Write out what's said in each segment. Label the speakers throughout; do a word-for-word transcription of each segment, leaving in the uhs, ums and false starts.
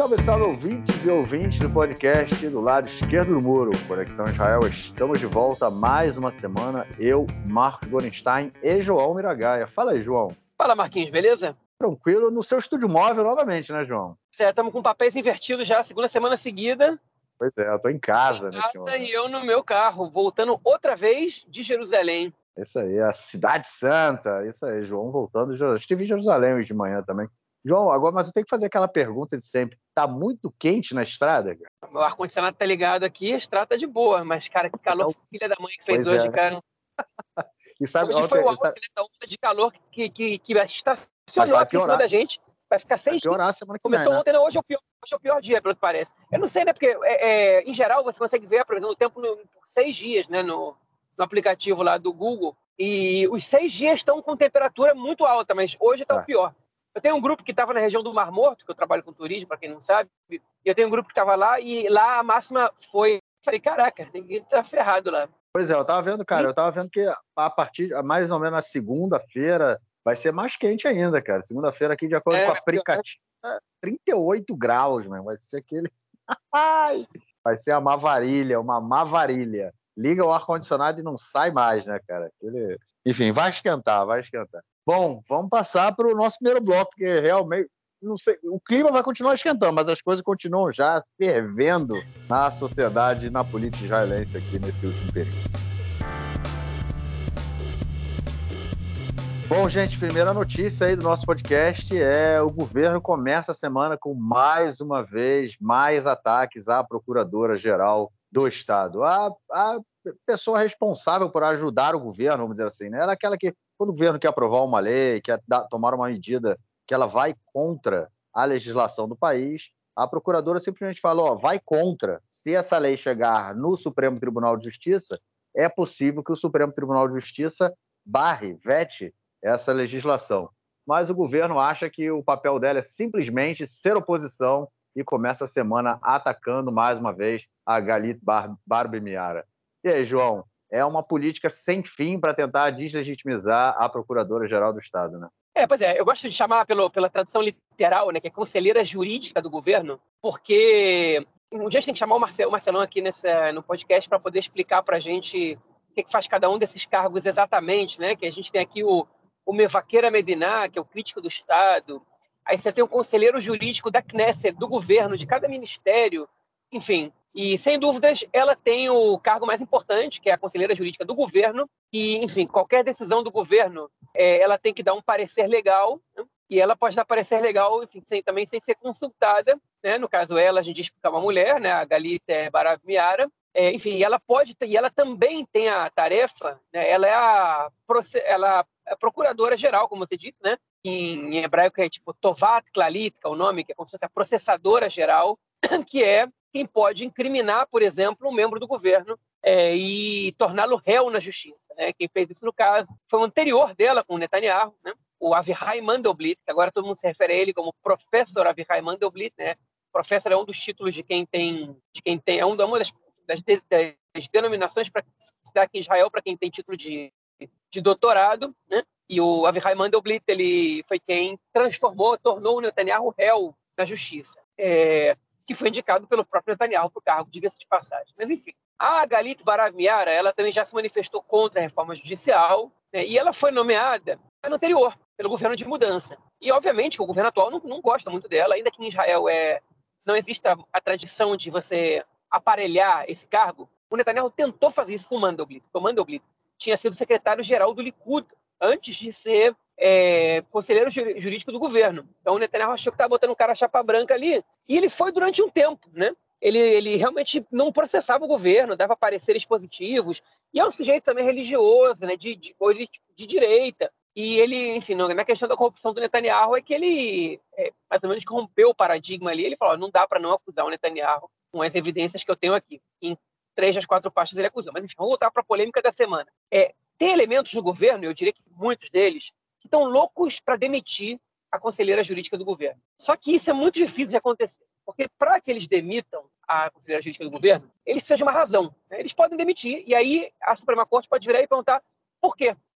Speaker 1: Salve, salve, ouvintes e ouvintes do podcast do lado esquerdo do muro, Conexão Israel. Estamos de volta mais uma semana. Eu, Marcos Gorenstein e João Miragaia. Fala aí, João.
Speaker 2: Fala, Marquinhos, beleza?
Speaker 1: Tranquilo, no seu estúdio móvel novamente, né, João?
Speaker 2: Certo, estamos com papéis invertidos já, segunda semana seguida.
Speaker 1: Pois é, eu tô em casa,
Speaker 2: em
Speaker 1: né?
Speaker 2: casa e eu no meu carro, voltando outra vez de Jerusalém.
Speaker 1: Isso aí, a Cidade Santa. Isso aí, João voltando de Jerusalém. Estive em Jerusalém hoje de manhã também. João, agora, mas eu tenho que fazer aquela pergunta de sempre. Tá muito quente na estrada, cara?
Speaker 2: O ar-condicionado tá ligado aqui, a estrada tá de boa, mas, cara, que calor,
Speaker 1: Então,
Speaker 2: filha da mãe que fez
Speaker 1: pois
Speaker 2: hoje,
Speaker 1: é.
Speaker 2: cara.
Speaker 1: E sabe,
Speaker 2: Hoje foi o
Speaker 1: ontem,
Speaker 2: auge
Speaker 1: sabe,
Speaker 2: da onda de calor que, que, que
Speaker 1: mas
Speaker 2: estacionou
Speaker 1: vai
Speaker 2: aqui em cima
Speaker 1: piorar.
Speaker 2: da gente. Vai ficar
Speaker 1: Vai
Speaker 2: seis
Speaker 1: piorar a
Speaker 2: dias.
Speaker 1: semana que
Speaker 2: Começou
Speaker 1: vem, né?
Speaker 2: ontem, não, hoje é o pior, hoje é o pior dia, pelo que parece. Eu não sei, né, porque, é, é, em geral, você consegue ver a previsão do tempo no, por seis dias, né, no, no aplicativo lá do Google. E os seis dias estão com temperatura muito alta, mas hoje está o
Speaker 1: Tá.
Speaker 2: pior. Eu tenho um grupo que estava na região do Mar Morto, que eu trabalho com turismo, para quem não sabe, e eu tenho um grupo que estava lá, e lá a máxima foi... Falei, caraca, ninguém tá ferrado lá.
Speaker 1: Pois é, eu tava vendo, cara, eu tava vendo que a partir, mais ou menos na segunda-feira, vai ser mais quente ainda, cara. Segunda-feira aqui, de acordo
Speaker 2: É,
Speaker 1: com a aplicativo, é trinta e oito graus, mano. Vai ser aquele... Ai! Vai ser uma varilha, uma mavarilha. Liga o ar-condicionado e não sai mais, né, cara? Aquele... Enfim, vai esquentar, vai esquentar. Bom, vamos passar para o nosso primeiro bloco, porque realmente, não sei, o clima vai continuar esquentando, mas as coisas continuam já fervendo na sociedade e na política israelense aqui nesse último período. Bom, gente, primeira notícia aí do nosso podcast é o governo começa a semana com mais uma vez mais ataques à Procuradora-Geral do Estado. A, a pessoa responsável por ajudar o governo, vamos dizer assim, né? Era aquela que, quando o governo quer aprovar uma lei, quer dar, tomar uma medida que ela vai contra a legislação do país, a procuradora simplesmente fala, ó, vai contra. Se essa lei chegar no Supremo Tribunal de Justiça, é possível que o Supremo Tribunal de Justiça barre, vete essa legislação. Mas o governo acha que o papel dela é simplesmente ser oposição e começa a semana atacando mais uma vez a Galit Bar- Barbie Miara. E aí, João, é uma política sem fim para tentar deslegitimizar a Procuradora-Geral do Estado, né?
Speaker 2: É, pois é, eu gosto de chamar pelo, pela tradução literal, né, que é conselheira jurídica do governo, porque um dia a gente tem que chamar o, Marcel, o Marcelão aqui nessa, no podcast para poder explicar para a gente o que, que faz cada um desses cargos exatamente, né? Que a gente tem aqui o, o Mevaqueira Mediná, que é o crítico do Estado, aí você tem o conselheiro jurídico da Knesset, do governo, de cada ministério, enfim. E, sem dúvidas, ela tem o cargo mais importante, que é a conselheira jurídica do governo, e, enfim, qualquer decisão do governo, é, ela tem que dar um parecer legal, né? E ela pode dar parecer legal, enfim, sem, também sem ser consultada, né? No caso, ela, a gente diz que é uma mulher, né? A Galit Barav Miara. É, enfim, ela pode ter, e ela também tem a tarefa, né? Ela é a, ela é a procuradora-geral, como você disse, né? Em, em hebraico é tipo Tovat Klalit, que é o nome, que é como se fosse a processadora-geral, que é quem pode incriminar, por exemplo, um membro do governo é, e torná-lo réu na justiça, né? Quem fez isso, no caso, foi o anterior dela com o Netanyahu, né? O Avichai Mandelblit, que agora todo mundo se refere a ele como professor Avichai Mandelblit, né? Professor é um dos títulos de quem tem, de quem tem é uma das, das, das denominações para se dar aqui em Israel para quem tem título de, de doutorado, né? E o Avichai Mandelblit, ele foi quem transformou, tornou o Netanyahu réu na justiça. É, que foi indicado pelo próprio Netanyahu para o cargo, diga-se de passagem. Mas, enfim, a Galit Barav Miara, ela também já se manifestou contra a reforma judicial, né, e ela foi nomeada no anterior, pelo governo de mudança. E, obviamente, que o governo atual não, não gosta muito dela, ainda que em Israel é, não exista a tradição de você aparelhar esse cargo. O Netanyahu tentou fazer isso com o Mandelblit. O Mandelblit tinha sido secretário-geral do Likud antes de ser É, conselheiro jurídico do governo. Então o Netanyahu achou que estava botando um cara chapa branca ali, e ele foi durante um tempo, né? Ele, ele realmente não processava o governo, dava pareceres positivos, e é um sujeito também religioso, né? De, de, de direita. E ele, enfim, na questão da corrupção do Netanyahu é que ele é, mais ou menos rompeu o paradigma ali. Ele falou, não dá para não acusar o Netanyahu com as evidências que eu tenho aqui. Em três das quatro partes ele acusou. Mas enfim, vamos voltar para a polêmica da semana. É, tem elementos no governo, eu diria que muitos deles, que estão loucos para demitir a conselheira jurídica do governo. Só que isso é muito difícil de acontecer, porque para que eles demitam a conselheira jurídica do governo, eles precisam de uma razão, né? Eles podem demitir, e aí a Suprema Corte pode virar e perguntar por quê.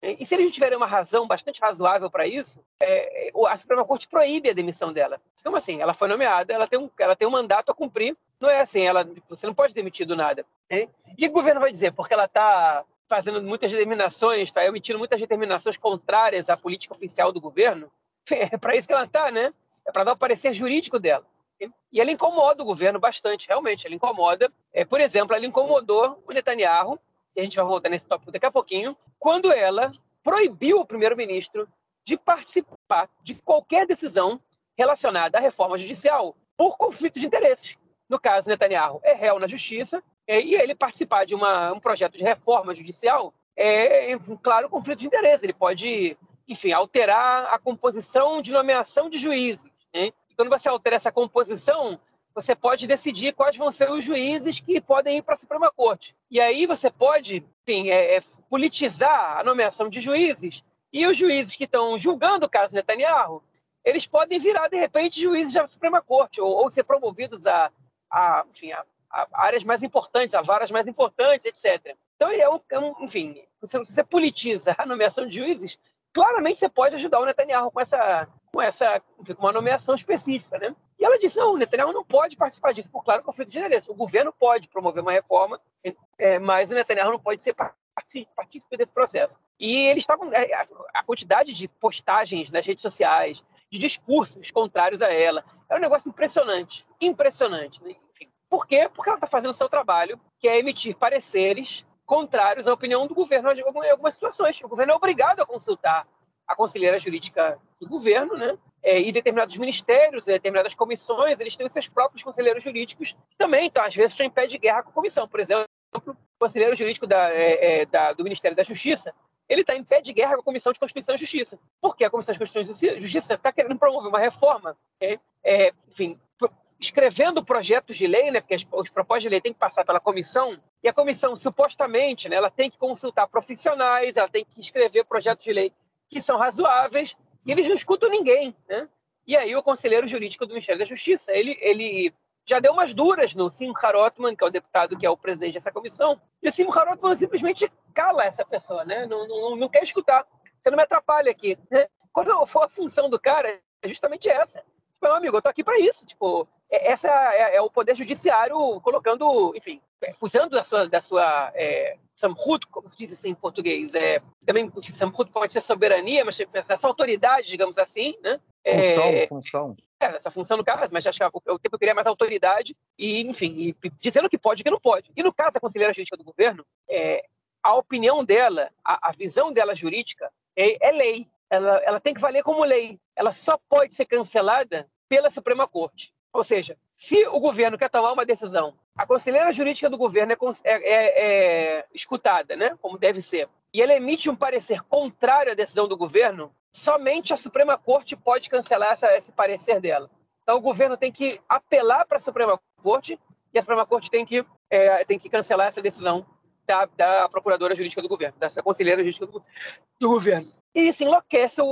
Speaker 2: E se eles tiverem uma razão bastante razoável para isso, é, a Suprema Corte proíbe a demissão dela. Como assim? Ela foi nomeada, ela tem um, ela tem um mandato a cumprir, não é assim, ela, você não pode demitir do nada. Hein? E o governo vai dizer, porque ela está fazendo muitas determinações, está emitindo muitas determinações contrárias à política oficial do governo, é para isso que ela está, né? É para dar o parecer jurídico dela. E ela incomoda o governo bastante, realmente, ela incomoda. É, por exemplo, ela incomodou o Netanyahu, e a gente vai voltar nesse tópico daqui a pouquinho, quando ela proibiu o primeiro-ministro de participar de qualquer decisão relacionada à reforma judicial por conflito de interesses. No caso, Netanyahu é réu na justiça, e ele participar de uma, um projeto de reforma judicial é, um claro, conflito de interesse. Ele pode, enfim, alterar a composição de nomeação de juízes. Né? E quando você altera essa composição, você pode decidir quais vão ser os juízes que podem ir para a Suprema Corte. E aí você pode, enfim, é, é, politizar a nomeação de juízes, e os juízes que estão julgando o caso Netanyahu, eles podem virar, de repente, juízes da Suprema Corte, ou, ou ser promovidos a, a, enfim, a, a áreas mais importantes, a varas mais importantes, etcétera. Então, é um, é um, enfim, se você politiza a nomeação de juízes, claramente você pode ajudar o Netanyahu com essa, com essa enfim, com uma nomeação específica, né? E ela disse, não, o Netanyahu não pode participar disso, por claro, conflito de interesse. O governo pode promover uma reforma, é, mas o Netanyahu não pode ser partícipe desse processo. E eles estavam, a quantidade de postagens nas redes sociais, de discursos contrários a ela, é um negócio impressionante, impressionante. Enfim, por quê? Porque ela está fazendo o seu trabalho, que é emitir pareceres contrários à opinião do governo em algumas situações. O governo é obrigado a consultar a conselheira jurídica do governo, né? É, e determinados ministérios, determinadas comissões, eles têm os seus próprios conselheiros jurídicos também. Então, às vezes, estão em pé de guerra com a comissão. Por exemplo, o conselheiro jurídico da, é, da, do Ministério da Justiça, ele está em pé de guerra com a Comissão de Constituição e Justiça. Por que a Comissão de Constituição e Justiça está querendo promover uma reforma, é, é, enfim, escrevendo projetos de lei, né, porque as, os propostas de lei têm que passar pela comissão, e a comissão, supostamente, né, ela tem que consultar profissionais, ela tem que escrever projetos de lei que são razoáveis, e eles não escutam ninguém, né? E aí o conselheiro jurídico do Ministério da Justiça, ele, ele já deu umas duras no Simcha Rothman, que é o deputado que é o presidente dessa comissão, e o Simcha Rothman simplesmente cala essa pessoa, né? Não, não, não quer escutar. Você não me atrapalha aqui, né? Quando for a função do cara, é justamente essa. Meu amigo, eu tô aqui para isso. Tipo, essa é, é o poder judiciário colocando, enfim, usando da sua, da sua é, samhut, como se diz assim em português. É, também samhut pode ser soberania, mas essa autoridade, digamos assim, né?
Speaker 1: Função,
Speaker 2: é,
Speaker 1: função.
Speaker 2: É, essa função no caso, mas acho que o tempo eu queria mais autoridade e, enfim, e dizendo que pode e que não pode. E no caso da conselheira jurídica do governo, é, a opinião dela, a, a visão dela jurídica é, é lei. Ela, ela tem que valer como lei. Ela só pode ser cancelada pela Suprema Corte. Ou seja, se o governo quer tomar uma decisão, a conselheira jurídica do governo é, é, é escutada, né, como deve ser, e ela emite um parecer contrário à decisão do governo, somente a Suprema Corte pode cancelar essa, esse parecer dela. Então o governo tem que apelar para a Suprema Corte e a Suprema Corte tem que, é, tem que cancelar essa decisão da, da procuradora jurídica do governo, dessa conselheira jurídica do, do governo. E isso enlouquece o,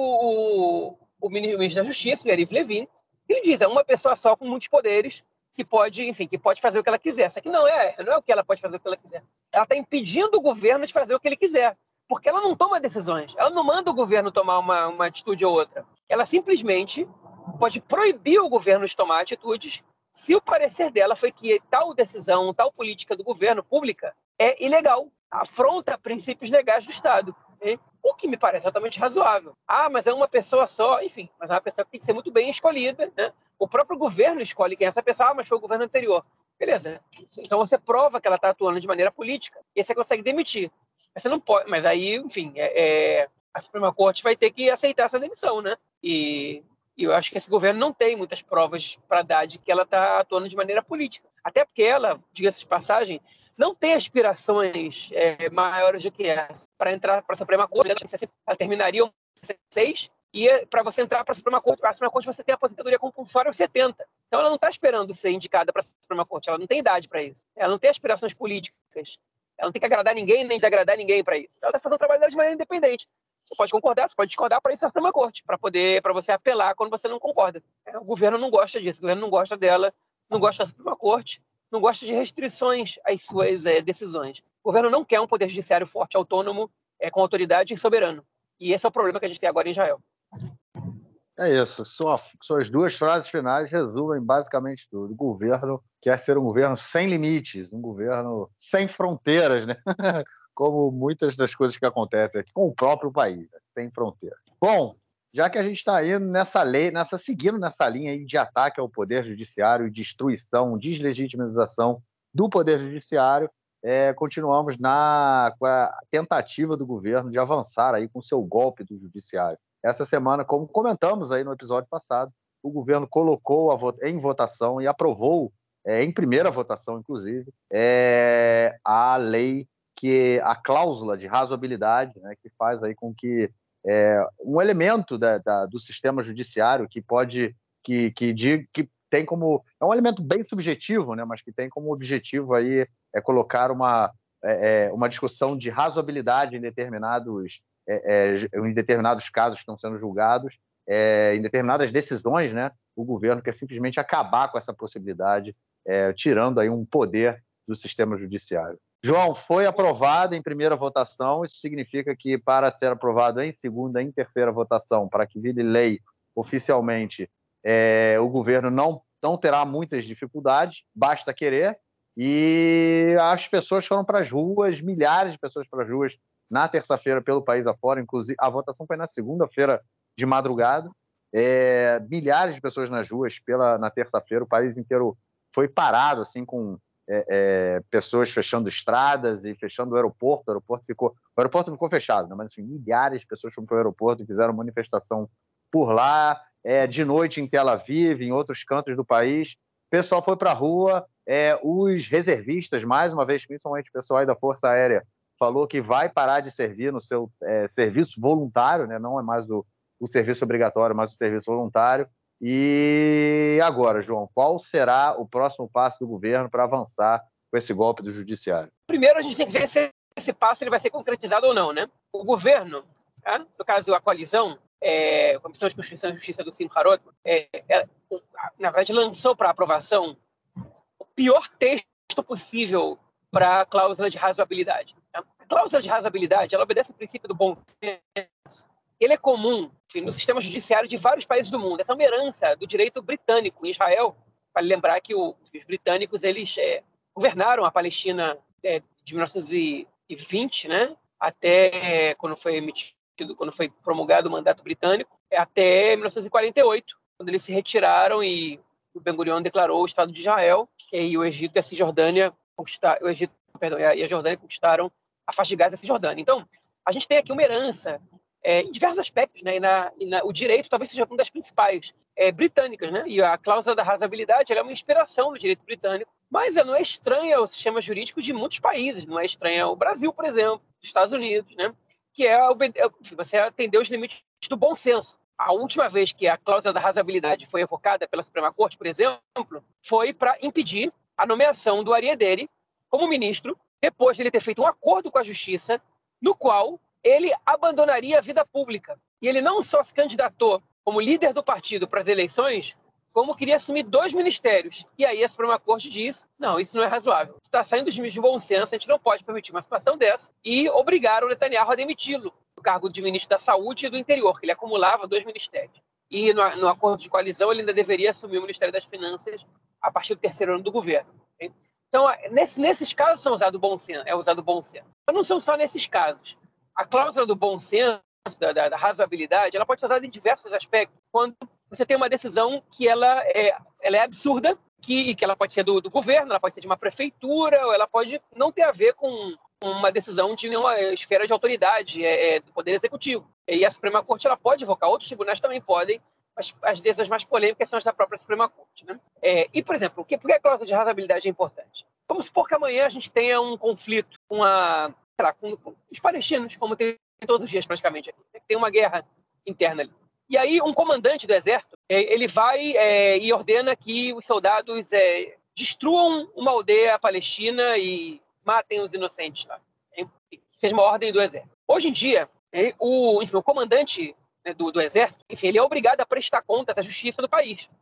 Speaker 2: o, o ministro da Justiça, o Yariv Levin. Ele diz, é uma pessoa só com muitos poderes que pode, enfim, que pode fazer o que ela quiser. Só que não é, não é o que ela pode fazer o que ela quiser. Ela está impedindo o governo de fazer o que ele quiser, porque ela não toma decisões. Ela não manda o governo tomar uma, uma atitude ou outra. Ela simplesmente pode proibir o governo de tomar atitudes se o parecer dela foi que tal decisão, tal política do governo pública é ilegal, afronta princípios legais do Estado. Hein? O que me parece totalmente razoável. Ah, mas é uma pessoa só, enfim, mas é uma pessoa que tem que ser muito bem escolhida, né? O próprio governo escolhe quem é essa pessoa, ah, mas foi o governo anterior. Beleza. Então você prova que ela está atuando de maneira política e você consegue demitir. Mas você não pode, mas aí, enfim, é, é, a Suprema Corte vai ter que aceitar essa demissão, né? E, e eu acho que esse governo não tem muitas provas para dar de que ela está atuando de maneira política. Até porque ela, diga-se de passagem, não tem aspirações é, maiores do que essa para entrar para a Suprema Corte. Ela terminaria em sessenta e seis e para você entrar para a Suprema Corte, a Suprema Corte você tem a aposentadoria compulsória aos setenta. Então ela não está esperando ser indicada para a Suprema Corte, ela não tem idade para isso. Ela não tem aspirações políticas. Ela não tem que agradar ninguém nem desagradar ninguém para isso. Ela está fazendo o trabalho dela de maneira independente. Você pode concordar, você pode discordar, para isso é a Suprema Corte, para poder, para você apelar quando você não concorda. O governo não gosta disso, o governo não gosta dela, não gosta da Suprema Corte, não gosta de restrições às suas é, decisões. O governo não quer um poder judiciário forte, autônomo é, com autoridade e soberano. E esse é o problema que a gente tem agora em Israel.
Speaker 1: É isso. Sua, suas duas frases finais resumem basicamente tudo. O governo quer ser um governo sem limites, um governo sem fronteiras, né? Como muitas das coisas que acontecem aqui com o próprio país, né? Sem fronteiras. Bom, já que a gente está indo nessa lei, nessa, seguindo nessa linha aí de ataque ao poder judiciário, destruição, deslegitimização do poder judiciário, é, continuamos na, com a tentativa do governo de avançar aí com o seu golpe do judiciário. Essa semana, como comentamos aí no episódio passado, o governo colocou a, em votação e aprovou, é, em primeira votação, inclusive, é, a lei, que a cláusula de razoabilidade, né, que faz aí com que é, um elemento da, da, do sistema judiciário que pode, que, que, de, que tem como, é um elemento bem subjetivo, né, mas que tem como objetivo aí é colocar uma, é, uma discussão de razoabilidade em determinados É, é, em determinados casos que estão sendo julgados, é, em determinadas decisões, né, o governo quer simplesmente acabar com essa possibilidade, é, tirando aí um poder do sistema judiciário. João, foi aprovado em primeira votação, isso significa que para ser aprovado em segunda e em terceira votação, para que vire lei oficialmente, é, o governo não, não terá muitas dificuldades, basta querer, e as pessoas foram para as ruas, milhares de pessoas para as ruas, na terça-feira pelo país afora, inclusive a votação foi na segunda-feira de madrugada, é, milhares de pessoas nas ruas pela, na terça-feira, o país inteiro foi parado, assim, com é, é, pessoas fechando estradas e fechando o aeroporto, o aeroporto ficou, o aeroporto ficou fechado, né? Mas assim, milhares de pessoas foram para o aeroporto e fizeram manifestação por lá, é, de noite em Tel Aviv, em outros cantos do país, o pessoal foi para a rua, é, os reservistas, mais uma vez, principalmente o pessoal aí da Força Aérea, falou que vai parar de servir no seu é, serviço voluntário, né? Não é mais o, o serviço obrigatório, mas o serviço voluntário. E agora, João, qual será o próximo passo do governo para avançar com esse golpe do judiciário?
Speaker 2: Primeiro, a gente tem que ver se esse passo ele vai ser concretizado ou não, né? O governo, tá? No caso, a coalizão, é, a Comissão de Constituição e Justiça do Simcha Harot, é, é, na verdade, lançou para aprovação o pior texto possível para a cláusula de razoabilidade. A cláusula de razoabilidade, ela obedece ao princípio do bom senso. Ele é comum, enfim, no sistema judiciário de vários países do mundo. Essa é uma herança do direito britânico. Em Israel, vale lembrar que o, os britânicos eles é, governaram a Palestina é, de mil novecentos e vinte, né, até quando foi emitido, quando foi promulgado o mandato britânico, até mil novecentos e quarenta e oito, quando eles se retiraram e o Ben-Gurion declarou o Estado de Israel, e o Egito e a Cisjordânia conquistaram, o Egito, perdão, e a Jordânia conquistaram a faixa de Gaza e a Cisjordânia. Então, a gente tem aqui uma herança é, em diversos aspectos, né? E na, e na, o direito talvez seja uma das principais é, britânicas, né? E a cláusula da razoabilidade ela é uma inspiração do direito britânico, mas ela não é estranha ao sistema jurídico de muitos países, não é estranha ao Brasil, por exemplo, dos Estados Unidos, né? Que é você atender os limites do bom senso. A última vez que a cláusula da razoabilidade foi evocada pela Suprema Corte, por exemplo, foi para impedir a nomeação do Aryeh Deri como ministro, depois de ele ter feito um acordo com a Justiça, no qual ele abandonaria a vida pública. E ele não só se candidatou como líder do partido para as eleições, como queria assumir dois ministérios. E aí a Suprema Corte diz, não, isso não é razoável. Está saindo dos limites de bom senso, a gente não pode permitir uma situação dessa, e obrigaram o Netanyahu a demiti-lo do cargo de ministro da Saúde e do Interior, que ele acumulava dois ministérios. E no, no acordo de coalizão ele ainda deveria assumir o Ministério das Finanças a partir do terceiro ano do governo. Okay? Então, nesse, nesses casos são usado bom senso, é usado bom senso. Mas não são só nesses casos. A cláusula do bom senso, da, da, da razoabilidade, ela pode ser usada em diversos aspectos. Quando você tem uma decisão que ela é, ela é absurda, que, que ela pode ser do, do governo, ela pode ser de uma prefeitura, ou ela pode não ter a ver com uma decisão de nenhuma esfera de autoridade é, é, do Poder Executivo. E a Suprema Corte ela pode invocar, outros tribunais também podem, as, as decisões mais polêmicas são as da própria Suprema Corte. Né? É, e, por exemplo, que, por que a cláusula de razoabilidade é importante? Vamos supor que amanhã a gente tenha um conflito com, a, sei lá, com, com os palestinos, como tem todos os dias praticamente aqui. Né? Tem uma guerra interna ali. E aí um comandante do exército, é, ele vai é, e ordena que os soldados é, destruam uma aldeia palestina e matem os inocentes lá. Hein? Seja uma ordem do exército. Hoje em dia, é, o, enfim, o comandante né, do, do exército, enfim, ele é obrigado a prestar contas à justiça do país. Hein?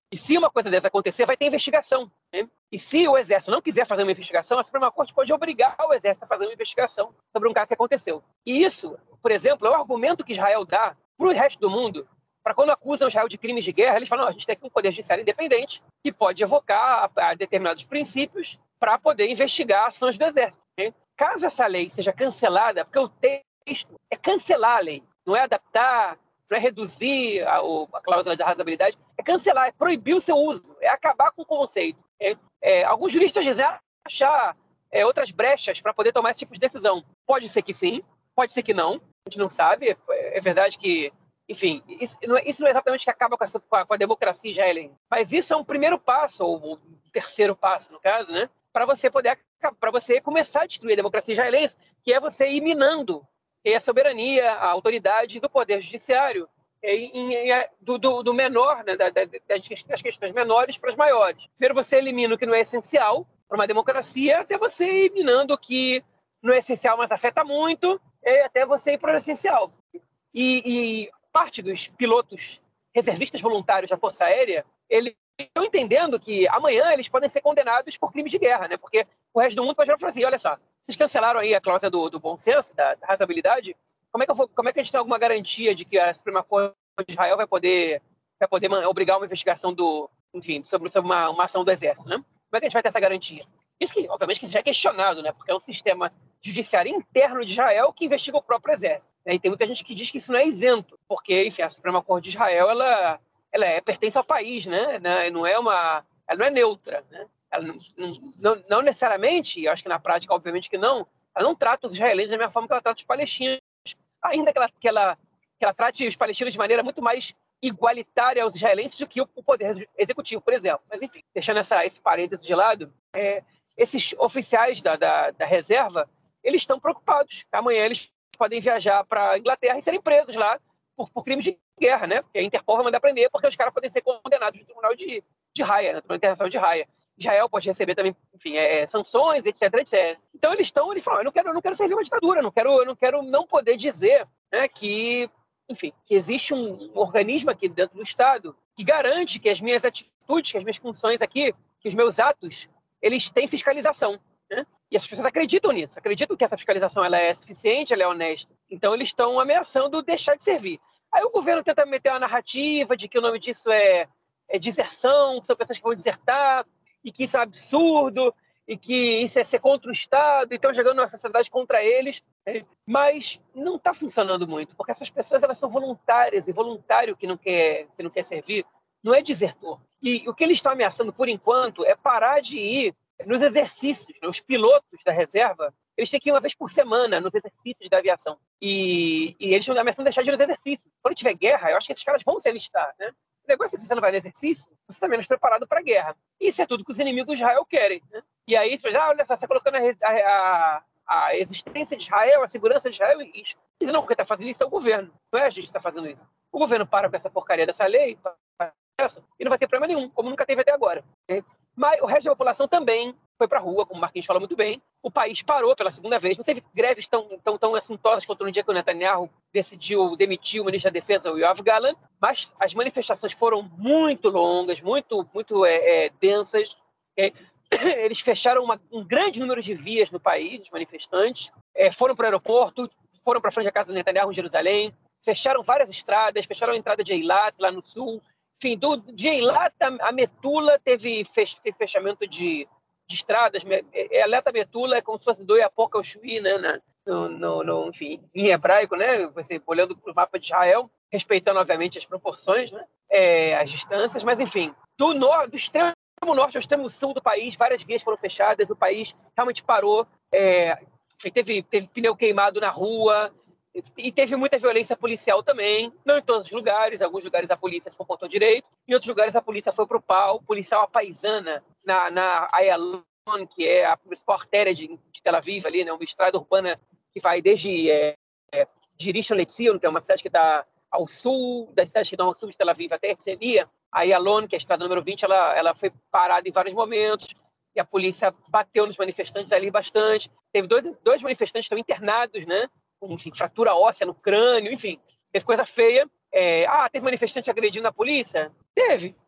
Speaker 2: E se uma coisa dessa acontecer, vai ter investigação, né? E se o Exército não quiser fazer uma investigação, a Suprema Corte pode obrigar o Exército a fazer uma investigação sobre um caso que aconteceu. E isso, por exemplo, é o argumento que Israel dá para o resto do mundo, para quando acusam Israel de crimes de guerra, eles falam, não, a gente tem aqui um poder judiciário independente que pode evocar a, a determinados princípios para poder investigar ações do Exército. Né? Caso essa lei seja cancelada, porque o texto é cancelar a lei, não é adaptar, não é reduzir a, a cláusula de razoabilidade, é cancelar, é proibir o seu uso, é acabar com o conceito. É, é, alguns juristas dizem achar é, outras brechas para poder tomar esse tipo de decisão. Pode ser que sim, pode ser que não, a gente não sabe. É, é verdade que, enfim, isso não, é, isso não é exatamente que acaba com a, com a democracia israelense, mas isso é um primeiro passo, ou o terceiro passo, no caso, né, para você poder, para você começar a destruir a democracia israelense, que é você ir minando a soberania, a autoridade do poder judiciário, em, em, do, do, do menor, né, das, das questões menores para as maiores. Primeiro você elimina o que não é essencial para uma democracia, até você ir eliminando o que não é essencial, mas afeta muito, até você ir para o essencial. E, e parte dos pilotos reservistas voluntários da Força Aérea, eles estão entendendo que amanhã eles podem ser condenados por crimes de guerra, né? Porque o resto do mundo pode falar assim, olha só, vocês cancelaram aí a cláusula do, do bom senso, da, da razoabilidade, como é, que eu vou, como é que a gente tem alguma garantia de que a Suprema Corte de Israel vai poder, vai poder obrigar uma investigação do, enfim, sobre, sobre uma, uma ação do Exército, né? Como é que a gente vai ter essa garantia? Isso que, obviamente, que isso já é questionado, né? Porque é um sistema judiciário interno de Israel que investiga o próprio Exército. Né? E tem muita gente que diz que isso não é isento, porque, enfim, a Suprema Corte de Israel, ela, ela é, pertence ao país, né? Não é uma, ela não é neutra, né? Ela não, não, não necessariamente, eu acho que na prática, obviamente que não, ela não trata os israelenses da mesma forma que ela trata os palestinos, ainda que ela, que ela, que ela trate os palestinos de maneira muito mais igualitária aos israelenses do que o poder executivo, por exemplo. Mas, enfim, deixando essa, esse parênteses de lado, é, esses oficiais da, da, da reserva, eles estão preocupados. Amanhã eles podem viajar para a Inglaterra e serem presos lá por, por crimes de guerra, né? Porque a Interpol vai mandar prender, porque os caras podem ser condenados no Tribunal de, de Haia, né? Tribunal Internacional de Haia. Israel pode receber também, enfim, é, sanções, etc, etcétera. Então eles estão, eles falam, eu não quero, eu não quero servir uma ditadura, eu não quero, eu não quero não poder dizer, né, que, enfim, que existe um organismo aqui dentro do Estado que garante que as minhas atitudes, que as minhas funções aqui, que os meus atos, eles têm fiscalização, né? E as pessoas acreditam nisso, acreditam que essa fiscalização ela é suficiente, ela é honesta. Então eles estão ameaçando deixar de servir. Aí o governo tenta meter uma narrativa de que o nome disso é, é deserção, que são pessoas que vão desertar, e que isso é absurdo, e que isso é ser contra o Estado, e estão jogando a sociedade contra eles. Né? Mas não está funcionando muito, porque essas pessoas elas são voluntárias, e voluntário que não quer, que não quer servir não é desertor. E o que eles estão ameaçando, por enquanto, é parar de ir nos exercícios. Né? Os pilotos da reserva, eles têm que ir uma vez por semana nos exercícios da aviação. E, e eles estão ameaçando deixar de ir nos exercícios. Quando tiver guerra, eu acho que esses caras vão se alistar, né? O negócio é que se você não vai no exercício, você está menos preparado para a guerra. Isso é tudo que os inimigos de Israel querem. Né? E aí, você ah, olha só, você está colocando a, a, a existência de Israel, a segurança de Israel em risco. Diz, não, quem está fazendo isso é o governo. Não é a gente que está fazendo isso. O governo para com essa porcaria dessa lei essa, e não vai ter problema nenhum, como nunca teve até agora. Né? Mas o resto da população também foi para a rua, como o Marquinhos falou muito bem. O país parou pela segunda vez. Não teve greves tão, tão, tão assintosas quanto no dia que o Netanyahu decidiu demitir o ministro da Defesa, o Yoav Gallant. Mas as manifestações foram muito longas, muito, muito é, é, densas. Okay? Eles fecharam uma, um grande número de vias no país, os manifestantes. É, foram para o aeroporto, foram para a frente da casa do Netanyahu em Jerusalém. Fecharam várias estradas, fecharam a entrada de Eilat, lá no sul. Enfim, do, de Eilat a Metula teve, fech, teve fechamento de, de estradas. Eilat a Metula é como se fosse do Iapoca ao Chuí, né? Na, no, no, no, enfim, em hebraico, né? Você olhando para o mapa de Israel, respeitando, obviamente, as proporções, né? É, as distâncias, mas, enfim, do, nor, do extremo norte ao extremo sul do país, várias vias foram fechadas, o país realmente parou. É, teve, teve pneu queimado na rua, e teve muita violência policial também, não em todos os lugares, em alguns lugares a polícia se comportou direito, em outros lugares a polícia foi pro pau, policial apaisana na, na Ayalon, que é a principal artéria de, de Tel Aviv, ali, né, uma estrada urbana que vai desde é, é, de Rishon LeZion, que é uma cidade que está ao sul, das cidades que estão ao sul de Tel Aviv, até Herzliya. A Ayalon, que é a estrada número vinte, ela, ela foi parada em vários momentos, e a polícia bateu nos manifestantes ali bastante. Teve dois, dois manifestantes que estão internados, né? Enfim, fratura óssea no crânio, enfim, teve coisa feia. É, ah, teve manifestante agredindo a polícia? Teve.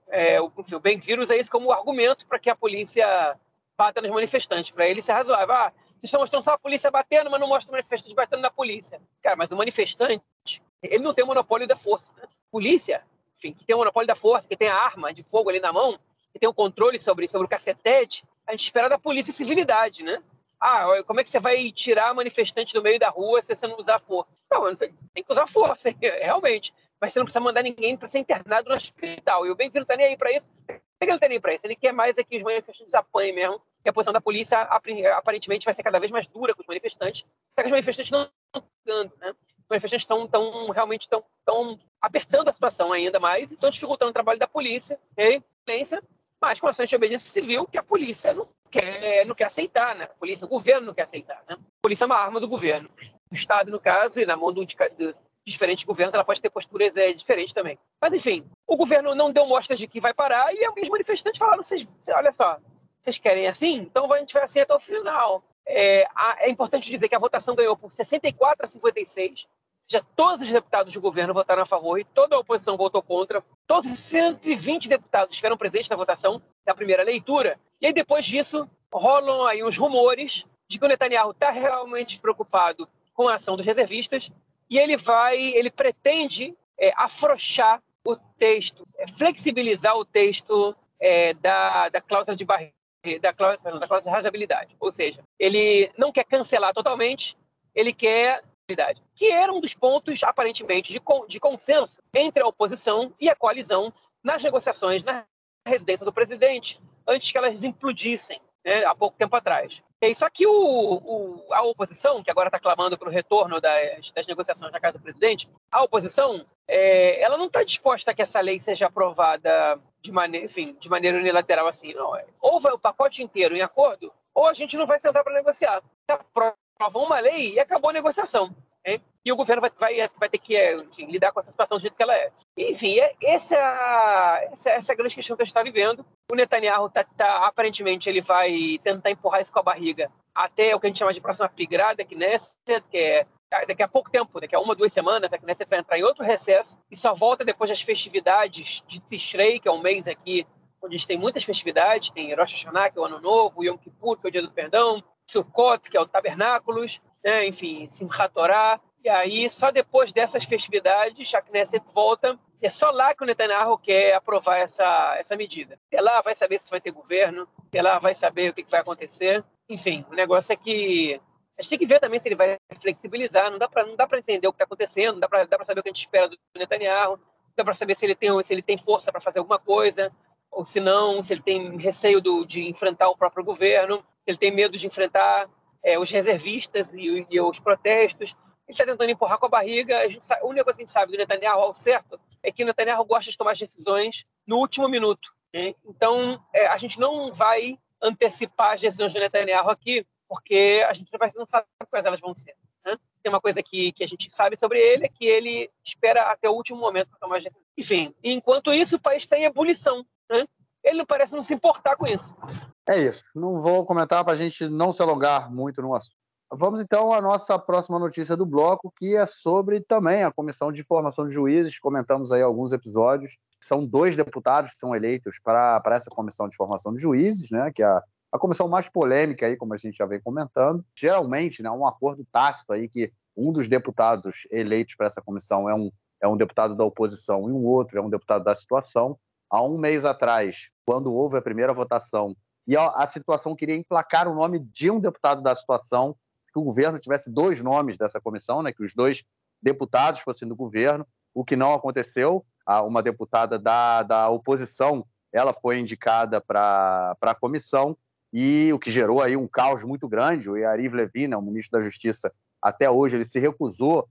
Speaker 2: é, o, enfim, o Ben-Gvir usa isso como argumento para que a polícia bata nos manifestantes, para ele ser razoável. Ah, vocês estão mostrando só a polícia batendo, mas não mostra o manifestante batendo na polícia. Cara, mas o manifestante, ele não tem o monopólio da força. Né? Polícia, enfim, que tem o monopólio da força, que tem a arma de fogo ali na mão, que tem o controle sobre, sobre o cacetete, a gente espera da polícia civilidade, né? Ah, como é que você vai tirar manifestante do meio da rua se você não usar força? Não, não tem, tem que usar força, realmente. Mas você não precisa mandar ninguém para ser internado no hospital. E o Ben-Gvir não está nem aí para isso. Por que ele não está nem aí para isso? Ele quer mais é que os manifestantes apanhem mesmo, que a posição da polícia aparentemente vai ser cada vez mais dura com os manifestantes. Só que os manifestantes não estão dando, né? Os manifestantes estão, estão realmente estão, estão apertando a situação ainda mais e estão dificultando o trabalho da polícia, ok? Mas com ações de obediência civil que a polícia não quer, não quer aceitar, né? A polícia, o governo não quer aceitar, né? A polícia é uma arma do governo. O Estado, no caso, e na mão de, um, de diferentes governos, ela pode ter posturas é, diferentes também. Mas, enfim, o governo não deu mostras de que vai parar e os manifestantes falaram, vocês, olha só, vocês querem assim? Então a gente vai assim até o final. É, é importante dizer que a votação ganhou por sessenta e quatro a cinquenta e seis, ou seja, todos os deputados do governo votaram a favor e toda a oposição votou contra. Todos os cento e vinte deputados estiveram presentes na votação da primeira leitura. E aí, depois disso, rolam aí uns rumores de que o Netanyahu está realmente preocupado com a ação dos reservistas e ele vai, ele pretende é, afrouxar o texto, é, flexibilizar o texto é, da, da cláusula de barreira, da cláusula, da cláusula de razoabilidade. Ou seja, ele não quer cancelar totalmente, ele quer que era um dos pontos, aparentemente, de, de consenso entre a oposição e a coalizão nas negociações na residência do presidente, antes que elas implodissem, né, há pouco tempo atrás. E só que o, o, a oposição, que agora está clamando pelo retorno das, das negociações na casa do presidente, a oposição é, ela não está disposta a que essa lei seja aprovada de maneira, enfim, de maneira unilateral assim. Não. Ou vai o pacote inteiro em acordo, ou a gente não vai sentar para negociar. Aprovou uma lei e acabou a negociação. Hein? E o governo vai, vai, vai ter que enfim, lidar com essa situação do jeito que ela é. Enfim, é, essa, é a, essa, essa é a grande questão que a gente está vivendo. O Netanyahu, tá, tá, aparentemente, ele vai tentar empurrar isso com a barriga até o que a gente chama de próxima pigrada, que, Knesset, que é daqui a pouco tempo, daqui a uma, duas semanas, a Knesset vai entrar em outro recesso e só volta depois das festividades de Tishrei, que é um mês aqui onde a gente tem muitas festividades, tem Rosh Hashanah, que é o Ano Novo, Yom Kippur, que é o Dia do Perdão, Sukkot, que é o Tabernáculos, né? Enfim, Simchat Torah. E aí, só depois dessas festividades, a Knesset volta. E é só lá que o Netanyahu quer aprovar essa, essa medida. Até lá vai saber se vai ter governo, até lá vai saber o que vai acontecer. Enfim, o negócio é que a gente tem que ver também se ele vai flexibilizar. Não dá para não dá para entender o que está acontecendo, não dá para dá para saber o que a gente espera do Netanyahu, não dá para saber se ele tem, se ele tem força para fazer alguma coisa, ou se não, se ele tem receio do, de enfrentar o próprio governo, se ele tem medo de enfrentar é, os reservistas e, e os protestos. Ele está tentando empurrar com a barriga. A, gente sabe, a única coisa que a gente sabe do Netanyahu ao certo é que o Netanyahu gosta de tomar as decisões no último minuto. Né? Então, é, a gente não vai antecipar as decisões do Netanyahu aqui, porque a gente não sabe quais elas vão ser. Né? Tem uma coisa que, que a gente sabe sobre ele, é que ele espera até o último momento para tomar as decisões. Enfim, enquanto isso, o país está em ebulição. Né? Ele não parece não se importar com isso.
Speaker 1: É isso. Não vou comentar para a gente não se alongar muito no assunto. Vamos, então, à nossa próxima notícia do bloco, que é sobre também a Comissão de Formação de Juízes. Comentamos aí alguns episódios. São dois deputados que são eleitos para essa Comissão de Formação de Juízes, né, que é a, a comissão mais polêmica, aí, como a gente já vem comentando. Geralmente, né, um acordo tácito aí que um dos deputados eleitos para essa comissão é um, é um deputado da oposição e um outro é um deputado da situação. Há um mês atrás, quando houve a primeira votação, e a, a situação queria emplacar o nome de um deputado da situação, que o governo tivesse dois nomes dessa comissão, né, que os dois deputados fossem do governo, o que não aconteceu. Uma deputada da, da oposição, ela foi indicada para a comissão, e o que gerou aí um caos muito grande. O Yariv Levin, né, o ministro da Justiça, até hoje ele se recusou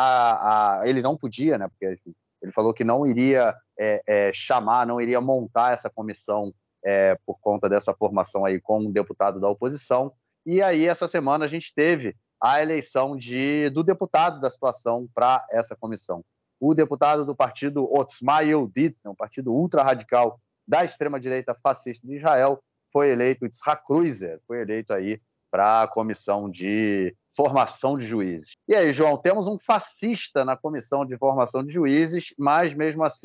Speaker 1: a... a ele não podia, né, porque ele falou que não iria é, é, chamar, não iria montar essa comissão é, por conta dessa formação aí com um deputado da oposição. E aí, essa semana, a gente teve a eleição de, do deputado da situação para essa comissão. O deputado do partido Otzma Yehudit, um partido ultra-radical da extrema-direita fascista de Israel, foi eleito, Yitzhak Kruiser, foi eleito aí para a comissão de formação de juízes. E aí, João, temos um fascista na comissão de formação de juízes, mas, mesmo assim,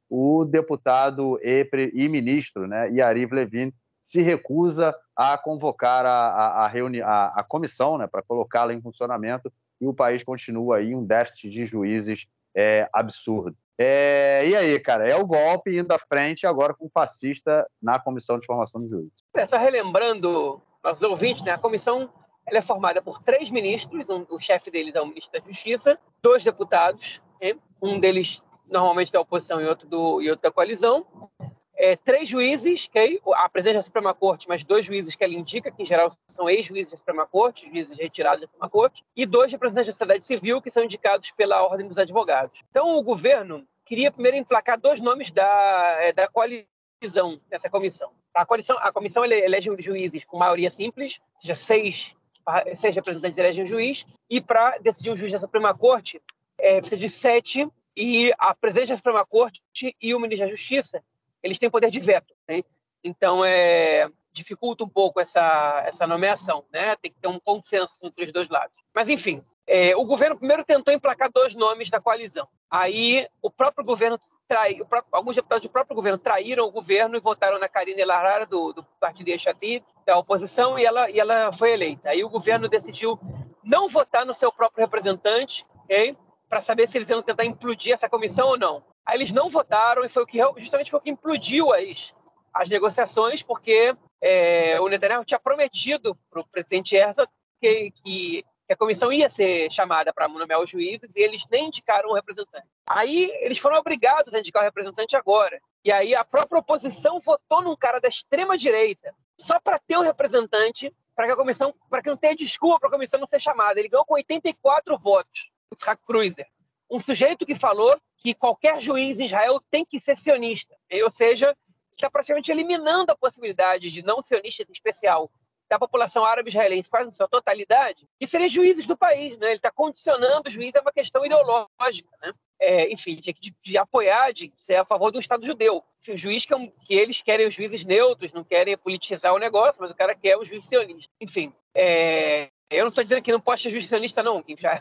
Speaker 1: o deputado e, pre- e ministro, né, Yariv Levin, se recusa a convocar a, a, a, reuni- a, a comissão, né, para colocá-la em funcionamento, e o país continua aí um déficit de juízes é, absurdo. É, e aí, cara, é o golpe indo à frente agora com o fascista na comissão de formação de juízes.
Speaker 2: É, só relembrando aos ouvintes, né, a comissão ela é formada por três ministros, um, o chefe deles é o ministro da Justiça, dois deputados, né, um deles normalmente da oposição e outro, do, e outro da coalizão, é, três juízes, okay? A presidente da Suprema Corte, mas dois juízes que ela indica, que em geral são ex-juízes da Suprema Corte, juízes retirados da Suprema Corte, e dois representantes da sociedade civil, que são indicados pela Ordem dos Advogados. Então, o governo queria primeiro emplacar dois nomes da, da coalizão dessa comissão. A, coalição, a comissão elege juízes com maioria simples, ou seja, seis, seis representantes elegem um juiz, e para decidir um juiz da Suprema Corte, é, precisa de sete, e a presidente da Suprema Corte e o ministro da Justiça eles têm poder de veto, né? Então, é, dificulta um pouco essa, essa nomeação, né? Tem que ter um consenso entre os dois lados. Mas, enfim, é, o governo primeiro tentou emplacar dois nomes da coalizão. Aí, o próprio governo traiu, próprio, alguns deputados do próprio governo traíram o governo e votaram na Karine El-Arara, do, do partido Yeshatid, da oposição, e ela, e ela foi eleita. Aí o governo decidiu não votar no seu próprio representante, okay? Para saber se eles iam tentar implodir essa comissão ou não. Aí eles não votaram e foi o que justamente foi o que implodiu as, as negociações, porque é, o Netanyahu tinha prometido para o presidente Herzog que, que, que a comissão ia ser chamada para nomear os juízes e eles nem indicaram o representante. Aí eles foram obrigados a indicar o representante agora. E aí a própria oposição votou num cara da extrema-direita só para ter um representante, para que a comissão, para que não tenha desculpa para a comissão não ser chamada. Ele ganhou com oitenta e quatro votos, o Yitzhak Cruiser. Um sujeito que falou que qualquer juiz em Israel tem que ser sionista, ou seja, está praticamente eliminando a possibilidade de não sionistas, em especial da população árabe israelense, quase em sua totalidade, que seriam juízes do país, né? Ele está condicionando os juízes a uma questão ideológica, né? É, enfim, de, de, de apoiar, de ser a favor do Estado judeu. O juiz que, é um, que eles querem os juízes neutros, não querem politizar o negócio, mas o cara quer o juiz sionista. Enfim, é, eu não estou dizendo que não pode ser juiz sionista, não. Já,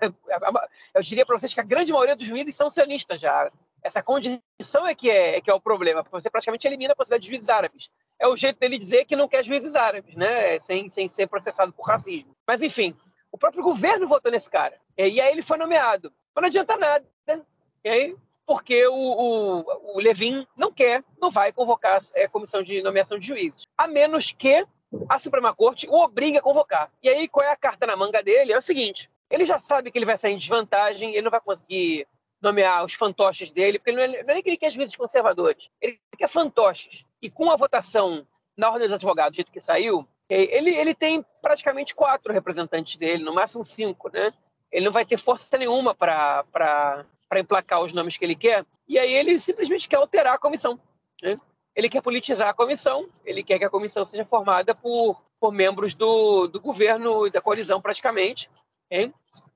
Speaker 2: eu diria para vocês que a grande maioria dos juízes são sionistas já. Essa condição é que é, é que é o problema, porque você praticamente elimina a possibilidade de juízes árabes. É o jeito dele dizer que não quer juízes árabes, né? Sem, sem ser processado por racismo. Mas, enfim, o próprio governo votou nesse cara. E aí ele foi nomeado. Mas não adianta nada, okay? Porque o, o, o Levin não quer, não vai convocar a comissão de nomeação de juízes. A menos que a Suprema Corte o obrigue a convocar. E aí, qual é a carta na manga dele? É o seguinte, ele já sabe que ele vai sair em desvantagem, ele não vai conseguir nomear os fantoches dele, porque ele não é, não é nem que ele quer juízes conservadores, ele quer fantoches. E com a votação na Ordem dos Advogados, do jeito que saiu, ele, ele tem praticamente quatro representantes dele, no máximo cinco, né? Ele não vai ter força nenhuma para emplacar os nomes que ele quer, e aí ele simplesmente quer alterar a comissão, né? Ele quer politizar a comissão, ele quer que a comissão seja formada por, por membros do, do governo e da coalizão, praticamente, hein?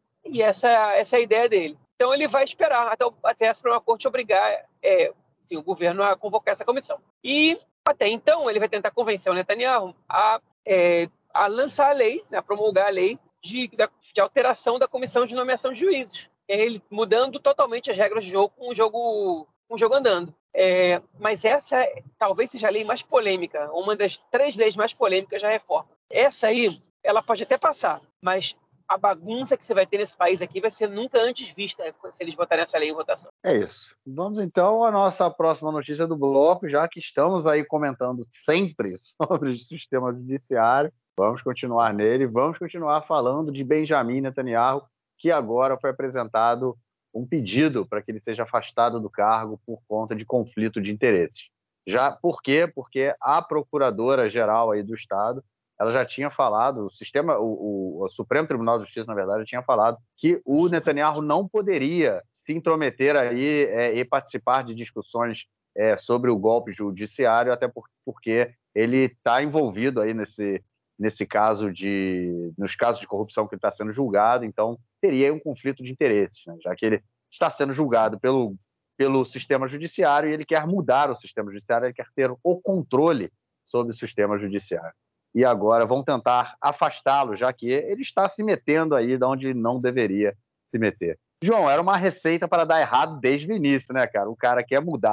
Speaker 2: E essa, essa é a ideia dele. Então ele vai esperar até, até a Suprema Corte obrigar é, enfim, o governo a convocar essa comissão. E até então ele vai tentar convencer o Netanyahu a, é, a lançar a lei, né, a promulgar a lei de, de alteração da comissão de nomeação de juízes. Ele mudando totalmente as regras de jogo com o jogo, com o jogo andando. É, mas essa talvez seja a lei mais polêmica, uma das três leis mais polêmicas da reforma. Essa aí, ela pode até passar, mas a bagunça que você vai ter nesse país aqui vai ser nunca antes vista se eles botarem essa lei em votação.
Speaker 1: É isso. Vamos então à nossa próxima notícia do bloco, já que estamos aí comentando sempre sobre o sistema judiciário. Vamos continuar nele, vamos continuar falando de Benjamin Netanyahu, que agora foi apresentado um pedido para que ele seja afastado do cargo por conta de conflito de interesses. Já, por quê? Porque a procuradora-geral aí do Estado, ela já tinha falado, o sistema, o, o, o Supremo Tribunal de Justiça, na verdade, já tinha falado que o Netanyahu não poderia se intrometer aí é, e participar de discussões é, sobre o golpe judiciário, até por, porque ele está envolvido aí nesse, nesse caso de, nos casos de corrupção que ele está sendo julgado, então teria um conflito de interesses, né? Já que ele está sendo julgado pelo, pelo sistema judiciário e ele quer mudar o sistema judiciário, ele quer ter o controle sobre o sistema judiciário. E agora vão tentar afastá-lo, já que ele está se metendo aí de onde não deveria se meter. João, era uma receita para dar errado desde o início, né, cara? O cara quer mudar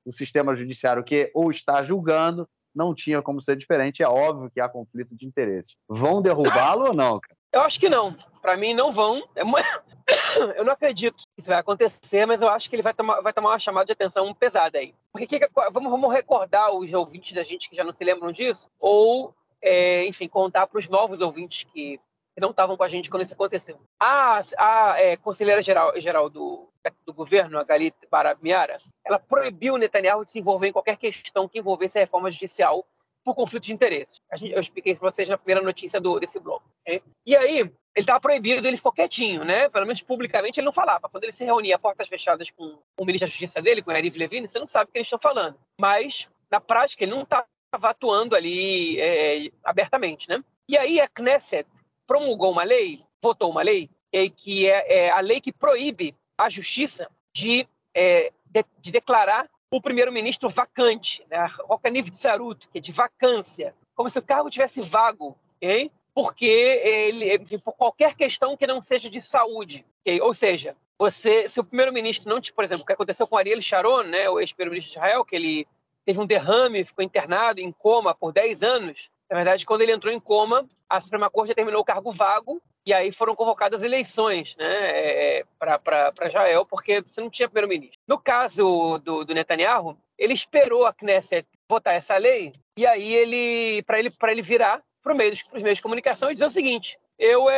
Speaker 1: o sistema judiciário que o está julgando, não tinha como ser diferente. É óbvio que há conflito de interesses. Vão derrubá-lo ou não, cara?
Speaker 2: Eu acho que não. Para mim, não vão. É uma... Eu não acredito que isso vai acontecer, mas eu acho que ele vai tomar, vai tomar uma chamada de atenção pesada aí. Porque que que... vamos, vamos recordar os ouvintes da gente que já não se lembram disso, ou, é, enfim, contar para os novos ouvintes que, que não estavam com a gente quando isso aconteceu. A, a é, conselheira geral, geral do, do governo, a Galit Baramiara, ela proibiu o Netanyahu de se envolver em qualquer questão que envolvesse a reforma judicial por conflito de interesses. Eu expliquei isso para vocês na primeira notícia do, desse blog. Okay? E aí, ele estava proibido, ele ficou quietinho, né? Pelo menos publicamente ele não falava. Quando ele se reunia a portas fechadas com o ministro da Justiça dele, com o Yariv Levin, você não sabe o que eles estão falando. Mas, na prática, ele não estava atuando ali é, abertamente, né? E aí a Knesset promulgou uma lei, votou uma lei, é, que é, é a lei que proíbe a Justiça de, é, de, de declarar o primeiro-ministro vacante, né? Rokaniv Tsarut, que é de vacância, como se o cargo tivesse vago, okay? Porque ele, enfim, por qualquer questão que não seja de saúde, okay? Ou seja, você, se o primeiro-ministro não, por exemplo, o que aconteceu com Ariel Sharon, né, o ex-primeiro-ministro de Israel, que ele teve um derrame, ficou internado em coma por dez anos. Na verdade, quando ele entrou em coma, a Suprema Corte determinou o cargo vago e aí foram convocadas eleições, né, para Israel, porque você não tinha primeiro-ministro. No caso do, do Netanyahu, ele esperou a Knesset votar essa lei e aí ele, para ele, para ele virar para os meios, meios de comunicação e dizer o seguinte: eu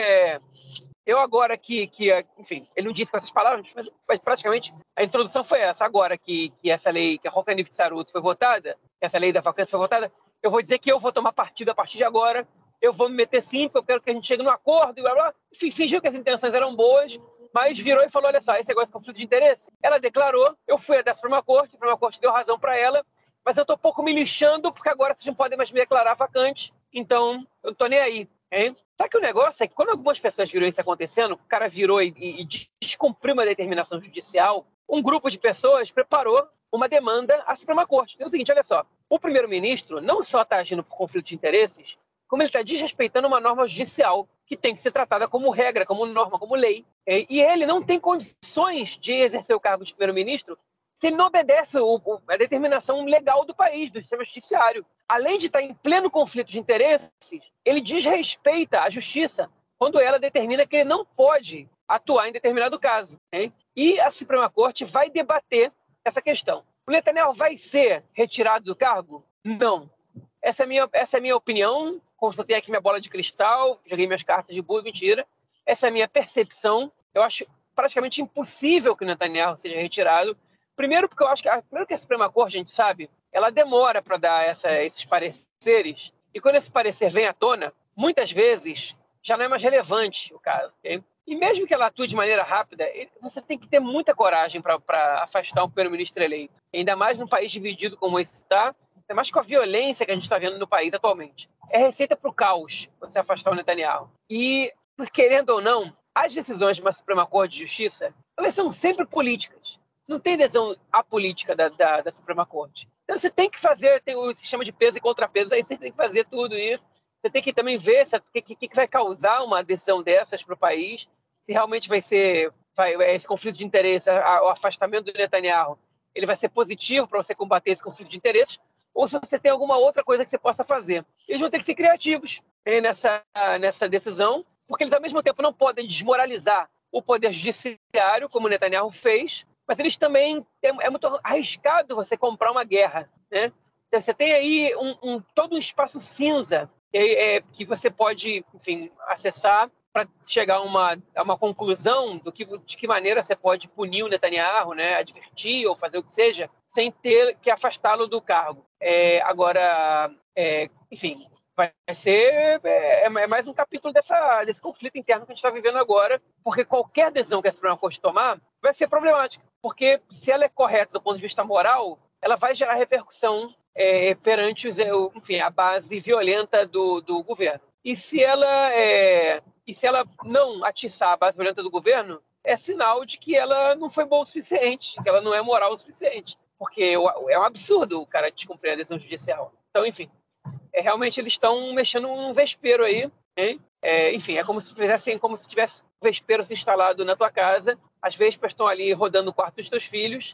Speaker 2: é Eu agora que, que, enfim, ele não disse com essas palavras, mas, mas praticamente a introdução foi essa. Agora que, que essa lei, que a Rokaniv Tsarut foi votada, que essa lei da vacância foi votada, eu vou dizer que eu vou tomar partido a partir de agora, eu vou me meter sim, porque eu quero que a gente chegue num acordo, e blá, blá. Enfim, fingiu que as intenções eram boas, mas virou e falou, olha só, esse negócio de conflito de interesse. Ela declarou, eu fui até a Suprema Corte, a Suprema Corte deu razão para ela, mas eu estou um pouco me lixando, porque agora vocês não podem mais me declarar vacante, então eu não estou nem aí. Hein? Só que o negócio é que quando algumas pessoas viram isso acontecendo, o cara virou e, e, e descumpriu uma determinação judicial, um grupo de pessoas preparou uma demanda à Suprema Corte. Então é o seguinte, olha só, o primeiro-ministro não só está agindo por conflito de interesses, como ele está desrespeitando uma norma judicial que tem que ser tratada como regra, como norma, como lei. E ele não tem condições de exercer o cargo de primeiro-ministro se ele não obedece o, a determinação legal do país, do sistema judiciário. Além de estar em pleno conflito de interesses, ele desrespeita a justiça quando ela determina que ele não pode atuar em determinado caso. Hein? E a Suprema Corte vai debater essa questão. O Netanyahu vai ser retirado do cargo? Não. Essa é a minha, essa é a minha opinião. Consultei aqui minha bola de cristal, joguei minhas cartas de burro, mentira. Essa é a minha percepção. Eu acho praticamente impossível que o Netanyahu seja retirado. Primeiro, porque eu acho que a, primeiro que a Suprema Corte, a gente sabe, ela demora para dar essa, esses pareceres. E quando esse parecer vem à tona, muitas vezes já não é mais relevante o caso. Okay? E mesmo que ela atue de maneira rápida, você tem que ter muita coragem para afastar um primeiro-ministro eleito. Ainda mais num país dividido como esse está, ainda mais com a violência que a gente está vendo no país atualmente. É receita para o caos você afastar o Netanyahu. E, querendo ou não, as decisões de uma Suprema Corte de Justiça, elas são sempre políticas. Não tem decisão apolítica da, da, da Suprema Corte. Então você tem que fazer, tem o sistema de peso e contrapeso, aí você tem que fazer tudo isso. Você tem que também ver o que, que, que vai causar uma decisão dessas para o país, se realmente vai ser vai, esse conflito de interesse, a, o afastamento do Netanyahu, ele vai ser positivo para você combater esse conflito de interesses, ou se você tem alguma outra coisa que você possa fazer. Eles vão ter que ser criativos hein, nessa, nessa decisão, porque eles, ao mesmo tempo, não podem desmoralizar o poder judiciário, como o Netanyahu fez, mas eles também, é, é muito arriscado você comprar uma guerra, né? Então, você tem aí um, um, todo um espaço cinza é, é, que você pode, enfim, acessar para chegar a uma, a uma conclusão do que, de que maneira você pode punir o Netanyahu, né? Advertir ou fazer o que seja, sem ter que afastá-lo do cargo. É, agora, é, enfim, vai ser é, é mais um capítulo dessa, desse conflito interno que a gente está vivendo agora, porque qualquer decisão que a Suprema Corte tomar vai ser problemática, porque se ela é correta do ponto de vista moral, ela vai gerar repercussão é, perante os, enfim, a base violenta do, do governo. E se ela é, e se ela não atiçar a base violenta do governo, é sinal de que ela não foi boa o suficiente, que ela não é moral o suficiente, porque é um absurdo o cara descumprir a decisão judicial. Então, enfim, é, realmente eles estão mexendo num vespeiro aí, hein? É, enfim, é como se fizessem, como se tivesse um vespeiro instalado na tua casa, as vespas estão ali rodando no quarto dos teus filhos,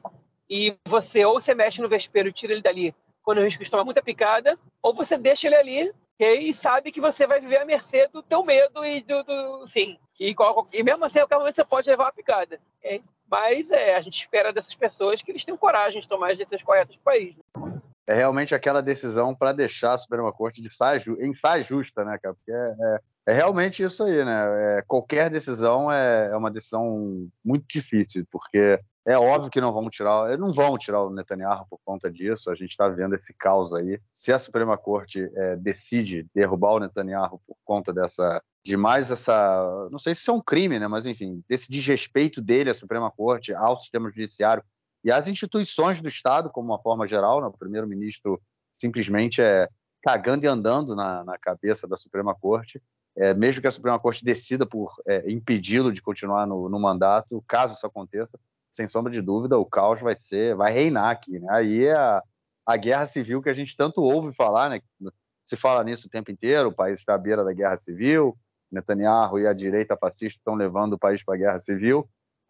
Speaker 2: e você ou você mexe no vespeiro e tira ele dali quando o risco de tomar muita picada, ou você deixa ele ali, okay, e sabe que você vai viver à mercê do teu medo e do, do enfim, e, e mesmo assim, a qualquer momento você pode levar uma picada. Okay? Mas é, a gente espera dessas pessoas que eles tenham coragem de tomar as decisões corretas do país. Né?
Speaker 1: É realmente aquela decisão para deixar a Suprema Corte de saia, em saia justa, né, cara? Porque é, é, é realmente isso aí, né? É, qualquer decisão é, é uma decisão muito difícil, porque é óbvio que não vão tirar, não vão tirar o Netanyahu por conta disso. A gente está vendo esse caos aí. Se a Suprema Corte é, decide derrubar o Netanyahu por conta dessa, de mais essa, não sei se isso é um crime, né? Mas enfim, desse desrespeito dele à Suprema Corte, ao sistema judiciário e as instituições do Estado, como uma forma geral, né? O primeiro-ministro simplesmente é cagando e andando na, na cabeça da Suprema Corte, é, mesmo que a Suprema Corte decida por é, impedi-lo de continuar no, no mandato, caso isso aconteça, sem sombra de dúvida, o caos vai ser, vai reinar aqui, né? Aí é a, a guerra civil que a gente tanto ouve falar, né? Se fala nisso o tempo inteiro, o país está à beira da guerra civil, Netanyahu e a direita fascista estão levando o país para a guerra civil.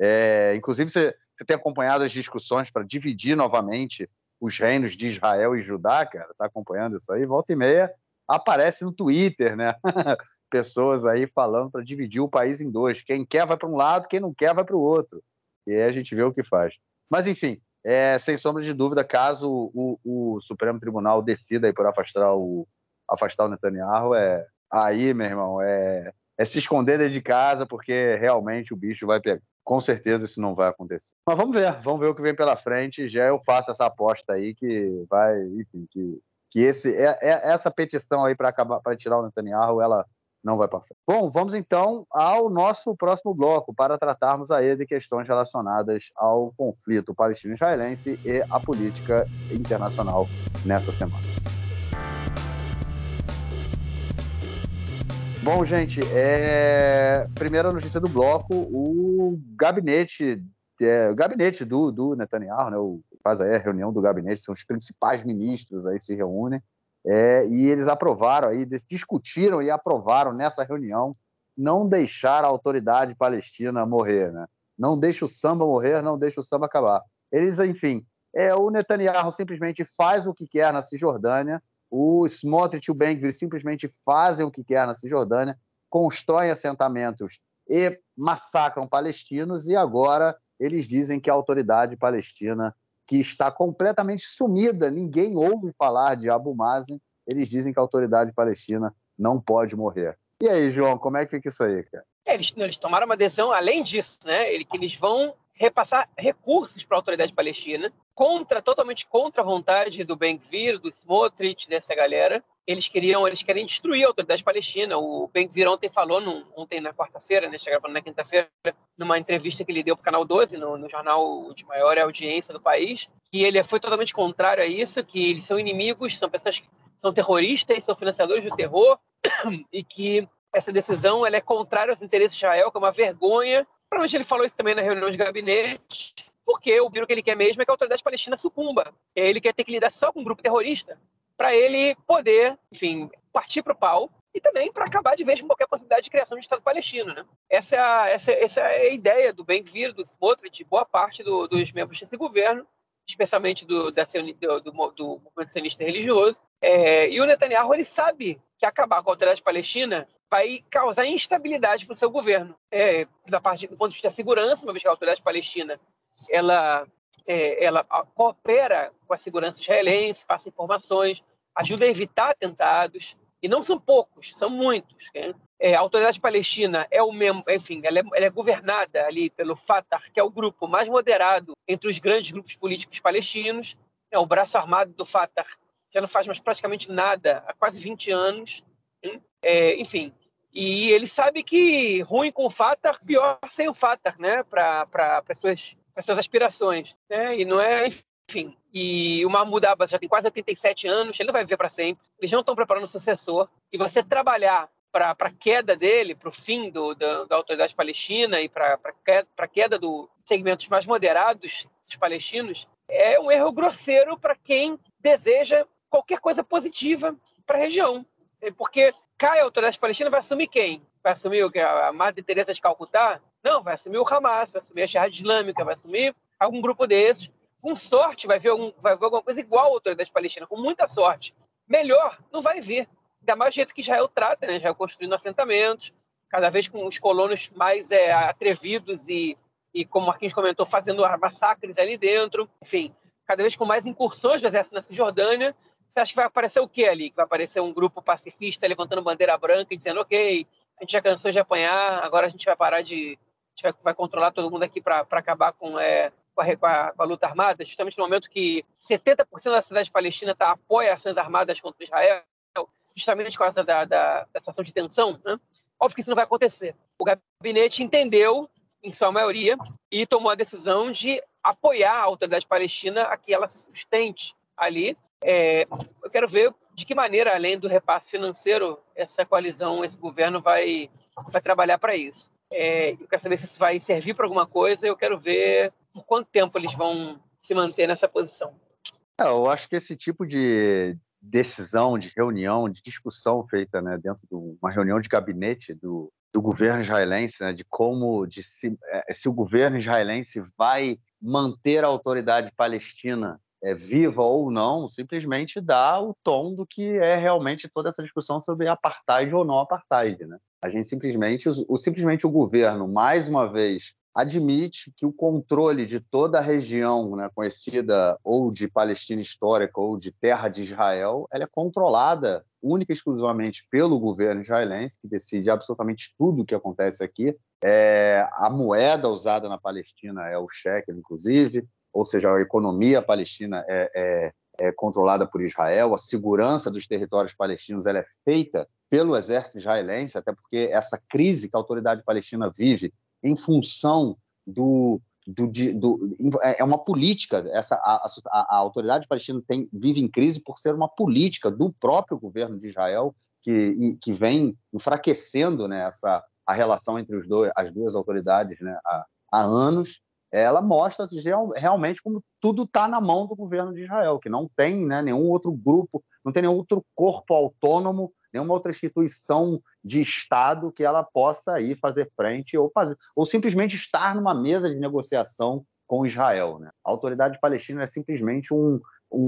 Speaker 1: É, inclusive, você Você tem acompanhado as discussões para dividir novamente os reinos de Israel e Judá, cara? Está acompanhando isso aí? Volta e meia aparece no Twitter, né? Pessoas aí falando para dividir o país em dois. Quem quer vai para um lado, quem não quer vai para o outro. E aí a gente vê o que faz. Mas, enfim, é, sem sombra de dúvida, caso o, o Supremo Tribunal decida aí por afastar o, afastar o Netanyahu, é, aí, meu irmão, é, é se esconder dentro de casa, porque realmente o bicho vai pegar. Com certeza isso não vai acontecer. Mas vamos ver, vamos ver o que vem pela frente. Já eu faço essa aposta aí que vai, enfim, que, que esse, é, é, essa petição aí para acabar, para tirar o Netanyahu, ela não vai passar. Bom, vamos então ao nosso próximo bloco para tratarmos aí de questões relacionadas ao conflito palestino-israelense e à política internacional nessa semana. Bom, gente, é... primeira notícia do bloco, o gabinete, é, o gabinete do, do Netanyahu, né, o, faz aí a reunião do gabinete, são os principais ministros aí se reúnem, é, e eles aprovaram, aí, discutiram e aprovaram nessa reunião não deixar a autoridade palestina morrer, né? Não deixa o samba morrer, não deixa o samba acabar. Eles, enfim, é, o Netanyahu simplesmente faz o que quer na Cisjordânia, o Smotrich e o Ben-Gvir simplesmente fazem o que quer na Cisjordânia, constroem assentamentos e massacram palestinos, e agora eles dizem que a autoridade palestina, que está completamente sumida, ninguém ouve falar de Abu Mazen, eles dizem que a autoridade palestina não pode morrer. E aí, João, como é que fica isso aí, cara?
Speaker 2: É, eles, eles tomaram uma decisão, além disso, né, ele, que eles vão repassar recursos para a autoridade palestina, contra, totalmente contra a vontade do Ben-Gvir, do Smotrich, dessa galera. Eles queriam, eles querem destruir a autoridade palestina. O Ben-Gvir ontem falou, num, ontem na quarta-feira, né, chegava na quinta-feira, numa entrevista que ele deu para o Canal doze, no, no jornal de maior audiência do país, que ele foi totalmente contrário a isso, que eles são inimigos, são pessoas que são terroristas, são financiadores do terror, e que essa decisão ela é contrária aos interesses de Israel, que é uma vergonha. Provavelmente ele falou isso também na reunião de gabinete, porque o que ele quer mesmo é que a autoridade palestina sucumba. Ele quer ter que lidar só com um grupo terrorista para ele poder, enfim, partir para o pau e também para acabar de vez com qualquer possibilidade de criação de Estado palestino. Né? Essa, é a, essa, essa é a ideia do Ben-Gvir, do Smotrich, de boa parte do, dos membros desse governo, especialmente do, da, do, do, do movimento sionista religioso. É, e o Netanyahu ele sabe que acabar com a autoridade palestina vai causar instabilidade para o seu governo. É, da parte, do ponto de vista da segurança, uma vez que a autoridade palestina ela, é, ela coopera com a segurança israelense, passa informações, ajuda a evitar atentados, e não são poucos, são muitos. Né? É, a autoridade palestina é o mesmo, enfim, ela é, ela é governada ali pelo Fatah, que é o grupo mais moderado entre os grandes grupos políticos palestinos. É, o braço armado do Fatah já não faz mais praticamente nada há quase vinte anos. É, enfim, e ele sabe que ruim com o Fatah, pior sem o Fatah, né, para pra, as suas, suas aspirações. Né? E não é, enfim, e o Mahmoud Abbas já tem quase oitenta e sete anos, ele não vai viver para sempre, eles não estão preparando um sucessor, e você trabalhar para a queda dele, para o fim do, da, da autoridade palestina e para a queda dos segmentos mais moderados dos palestinos, é um erro grosseiro para quem deseja qualquer coisa positiva para a região. Porque cai a autoridade palestina, vai assumir quem? Vai assumir a Madre Teresa de Calcutá? Não, vai assumir o Hamas, vai assumir a Jihad Islâmica, vai assumir algum grupo desses, Com sorte, vai ver, algum, vai ver alguma coisa igual à autoridade palestina, com muita sorte. Melhor, não vai vir. Ainda mais do jeito que Israel trata, né? Israel construindo assentamentos, cada vez com os colonos mais é, atrevidos e, e, como o Marquinhos comentou, fazendo massacres ali dentro. Enfim, cada vez com mais incursões do exército na Cisjordânia. Você acha que vai aparecer o quê ali? Que vai aparecer um grupo pacifista levantando bandeira branca e dizendo, ok, a gente já cansou de apanhar, agora a gente vai parar de... A gente vai, vai controlar todo mundo aqui para acabar com... É, Com a, com, a, com a luta armada, justamente no momento que setenta por cento da cidade palestina tá, apoia ações armadas contra Israel, justamente por causa da, da, da situação de tensão, né? Óbvio que isso não vai acontecer. O gabinete entendeu, em sua maioria, e tomou a decisão de apoiar a autoridade palestina a que ela se sustente ali. É, eu quero ver de que maneira, além do repasse financeiro, essa coalizão, esse governo vai, vai trabalhar para isso. É, eu quero saber se isso vai servir para alguma coisa. Eu quero ver por quanto tempo eles vão se manter nessa posição.
Speaker 1: É, eu acho que esse tipo de decisão, de reunião, de discussão feita, né, dentro de uma reunião de gabinete do, do governo israelense, né, de como de se, é, se o governo israelense vai manter a autoridade palestina é, viva ou não, simplesmente dá o tom do que é realmente toda essa discussão sobre apartheid ou não apartheid, né? A gente simplesmente, o, simplesmente o governo, mais uma vez, admite que o controle de toda a região, né, conhecida ou de Palestina histórica ou de terra de Israel, ela é controlada única e exclusivamente pelo governo israelense, que decide absolutamente tudo o que acontece aqui. É, a moeda usada na Palestina é o shekel, inclusive, ou seja, a economia palestina é, é, é controlada por Israel, a segurança dos territórios palestinos ela é feita pelo exército israelense, até porque essa crise que a autoridade palestina vive em função do, do, do é uma política, essa a, a, a autoridade palestina tem, vive em crise por ser uma política do próprio governo de Israel que, que vem enfraquecendo, né, essa, a relação entre os dois, as duas autoridades, né, há, há anos. Ela mostra realmente como tudo está na mão do governo de Israel, que não tem, né, nenhum outro grupo, não tem nenhum outro corpo autônomo, nenhuma outra instituição de Estado que ela possa ir fazer frente ou, fazer, ou simplesmente estar numa mesa de negociação com Israel, né? A autoridade palestina é simplesmente um,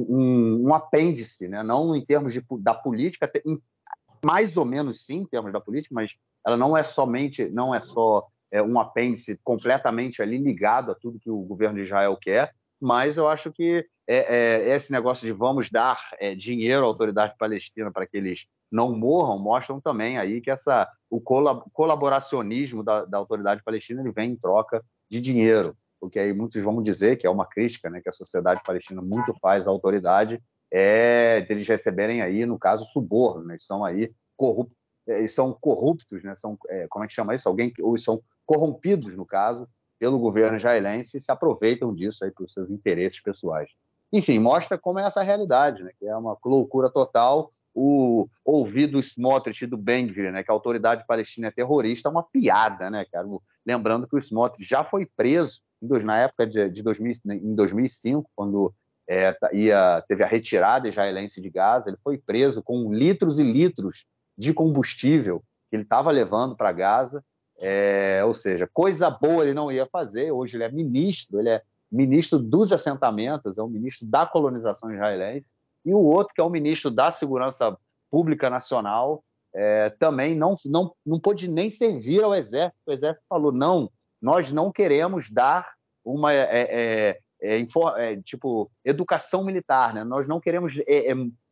Speaker 1: um, um apêndice, né? Não em termos de, da política, mais ou menos sim, em termos da política, mas ela não é somente, não é só é, um apêndice completamente ali ligado a tudo que o governo de Israel quer, mas eu acho que é, é, esse negócio de vamos dar é, dinheiro à autoridade palestina para que eles não morram, mostram também aí que essa, o colaboracionismo da, da autoridade palestina ele vem em troca de dinheiro, porque aí muitos vão dizer que é uma crítica, né, que a sociedade palestina muito faz à autoridade, é deles receberem aí, no caso, suborno, né? Eles são aí corruptos, eles são corruptos, né? São, é, como é que chama isso? Alguém que, ou são corrompidos, no caso, pelo governo israelense e se aproveitam disso aí para os seus interesses pessoais. Enfim, mostra como é essa realidade, né? Que é uma loucura total. O ouvir do Smotrich e do Ben-Gvir, né? Que a autoridade palestina é terrorista, é uma piada, né, cara? Lembrando que o Smotrich já foi preso em dois, na época de, de dois mil, em dois mil e cinco, quando É, ia, teve a retirada israelense de Gaza, ele foi preso com litros e litros de combustível que ele estava levando para Gaza, é, ou seja, coisa boa ele não ia fazer. Hoje ele é ministro, ele é ministro dos assentamentos, é o ministro da colonização israelense, e o outro, que é o ministro da Segurança Pública Nacional, é, também não, não, não pôde nem servir ao exército. O exército falou, não, nós não queremos dar uma... É, é, É, é, tipo, educação militar, né? Nós não queremos é,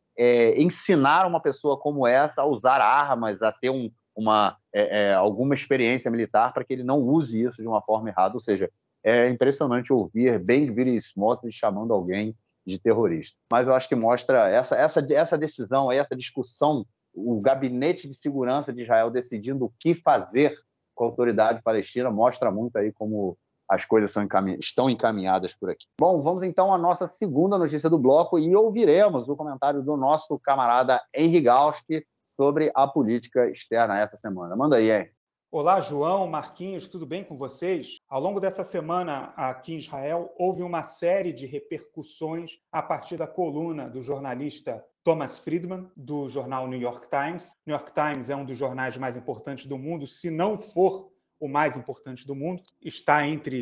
Speaker 1: é, ensinar uma pessoa como essa a usar armas, a ter um, uma, é, é, alguma experiência militar para que ele não use isso de uma forma errada. Ou seja, é impressionante ouvir Ben-Gvir e Smotrich chamando alguém de terrorista. Mas eu acho que mostra essa, essa, essa decisão, essa discussão, o gabinete de segurança de Israel decidindo o que fazer com a autoridade palestina, mostra muito aí como as coisas são encaminha... estão encaminhadas por aqui. Bom, vamos então à nossa segunda notícia do bloco e ouviremos o comentário do nosso camarada Henry Gauski sobre a política externa essa semana. Manda aí, Henry.
Speaker 3: Olá, João, Marquinhos, tudo bem com vocês? Ao longo dessa semana aqui em Israel, houve uma série de repercussões a partir da coluna do jornalista Thomas Friedman, do jornal New York Times. New York Times é um dos jornais mais importantes do mundo, se não for o mais importante do mundo, está entre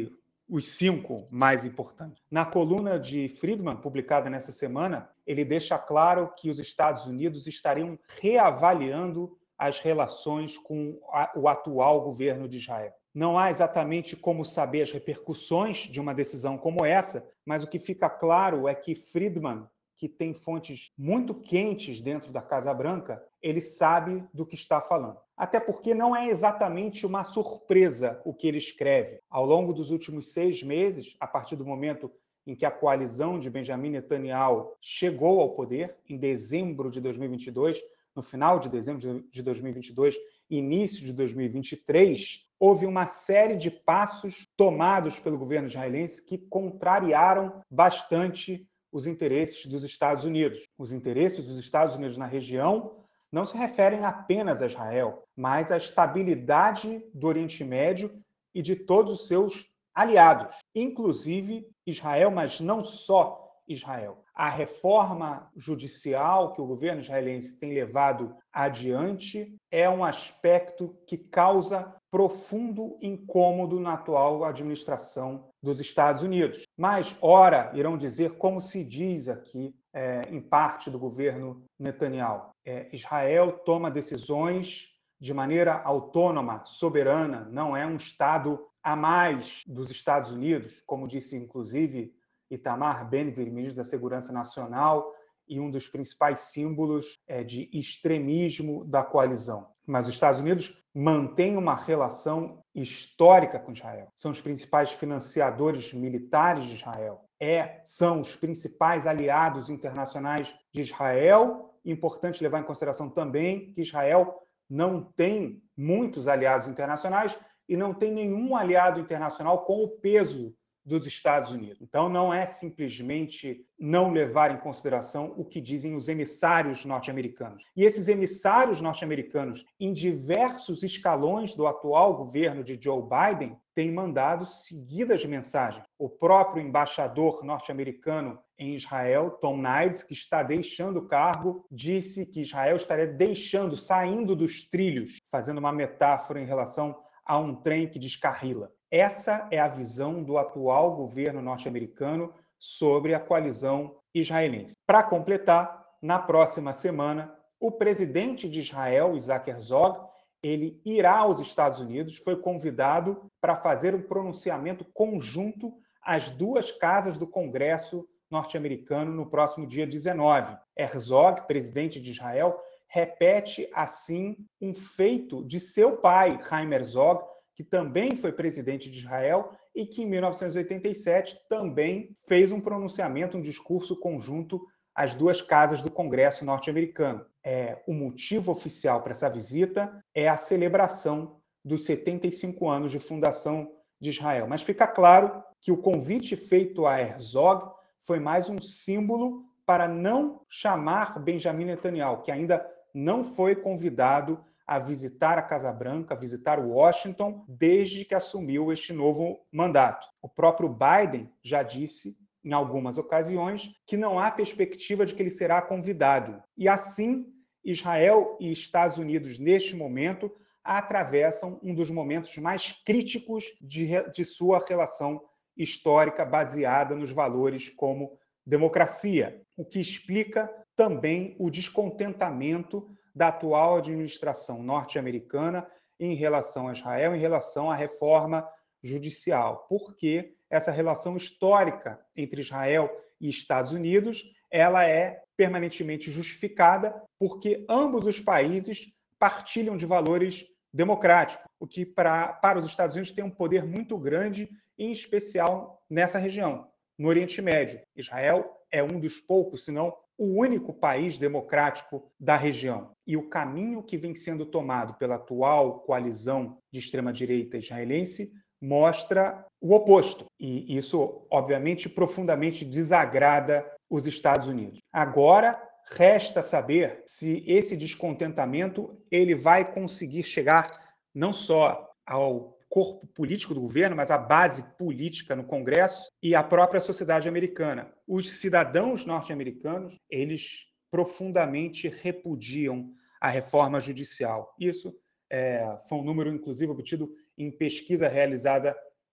Speaker 3: os cinco mais importantes. Na coluna de Friedman, publicada nessa semana, ele deixa claro que os Estados Unidos estariam reavaliando as relações com o atual governo de Israel. Não há exatamente como saber as repercussões de uma decisão como essa, mas o que fica claro é que Friedman, que tem fontes muito quentes dentro da Casa Branca, ele sabe do que está falando. Até porque não é exatamente uma surpresa o que ele escreve. Ao longo dos últimos seis meses, a partir do momento em que a coalizão de Benjamin Netanyahu chegou ao poder, em dezembro de dois mil e vinte e dois, no final de dezembro de dois mil e vinte e dois, início de dois mil e vinte e três, houve uma série de passos tomados pelo governo israelense que contrariaram bastante os interesses dos Estados Unidos. Os interesses dos Estados Unidos na região não se referem apenas a Israel, mas à estabilidade do Oriente Médio e de todos os seus aliados, inclusive Israel, mas não só Israel. A reforma judicial que o governo israelense tem levado adiante é um aspecto que causa profundo incômodo na atual administração dos Estados Unidos. Mas, ora, irão dizer, como se diz aqui, é, em parte do governo Netanyahu, é, Israel toma decisões de maneira autônoma, soberana, não é um Estado a mais dos Estados Unidos, como disse, inclusive, Itamar Ben-Gvir, ministro da Segurança Nacional, e um dos principais símbolos é, de extremismo da coalizão. Mas os Estados Unidos mantêm uma relação histórica com Israel. São os principais financiadores militares de Israel. É, são os principais aliados internacionais de Israel. Importante levar em consideração também que Israel não tem muitos aliados internacionais e não tem nenhum aliado internacional com o peso dos Estados Unidos. Então, não é simplesmente não levar em consideração o que dizem os emissários norte-americanos. E esses emissários norte-americanos, em diversos escalões do atual governo de Joe Biden, têm mandado seguidas mensagens. O próprio embaixador norte-americano em Israel, Tom Nides, que está deixando o cargo, disse que Israel estaria deixando, saindo dos trilhos, fazendo uma metáfora em relação a um trem que descarrila. Essa é a visão do atual governo norte-americano sobre a coalizão israelense. Para completar, na próxima semana, o presidente de Israel, Isaac Herzog, ele irá aos Estados Unidos, foi convidado para fazer um pronunciamento conjunto às duas casas do Congresso norte-americano no próximo dia dezenove. Herzog, presidente de Israel, repete assim um feito de seu pai, Chaim Herzog, que também foi presidente de Israel e que, em mil novecentos e oitenta e sete, também fez um pronunciamento, um discurso conjunto às duas casas do Congresso norte-americano. É, o motivo oficial para essa visita é a celebração dos setenta e cinco anos de fundação de Israel. Mas fica claro que o convite feito a Herzog foi mais um símbolo para não chamar Benjamin Netanyahu, que ainda não foi convidado a visitar a Casa Branca, a visitar Washington, desde que assumiu este novo mandato. O próprio Biden já disse, em algumas ocasiões, que não há perspectiva de que ele será convidado. E assim, Israel e Estados Unidos, neste momento, atravessam um dos momentos mais críticos de, de sua relação histórica, baseada nos valores como democracia, o que explica também o descontentamento da atual administração norte-americana em relação a Israel, em relação à reforma judicial, porque essa relação histórica entre Israel e Estados Unidos, ela é permanentemente justificada porque ambos os países partilham de valores democráticos, o que para, para os Estados Unidos tem um poder muito grande, em especial nessa região, no Oriente Médio. Israel é um dos poucos, se não o único país democrático da região. E o caminho que vem sendo tomado pela atual coalizão de extrema-direita israelense mostra o oposto. E isso, obviamente, profundamente desagrada os Estados Unidos. Agora, resta saber se esse descontentamento ele vai conseguir chegar não só ao corpo político do governo, mas à base política no Congresso e à própria sociedade americana. Os cidadãos norte-americanos, eles profundamente repudiam a reforma judicial. Isso é, foi um número, inclusive, obtido em pesquisa realizada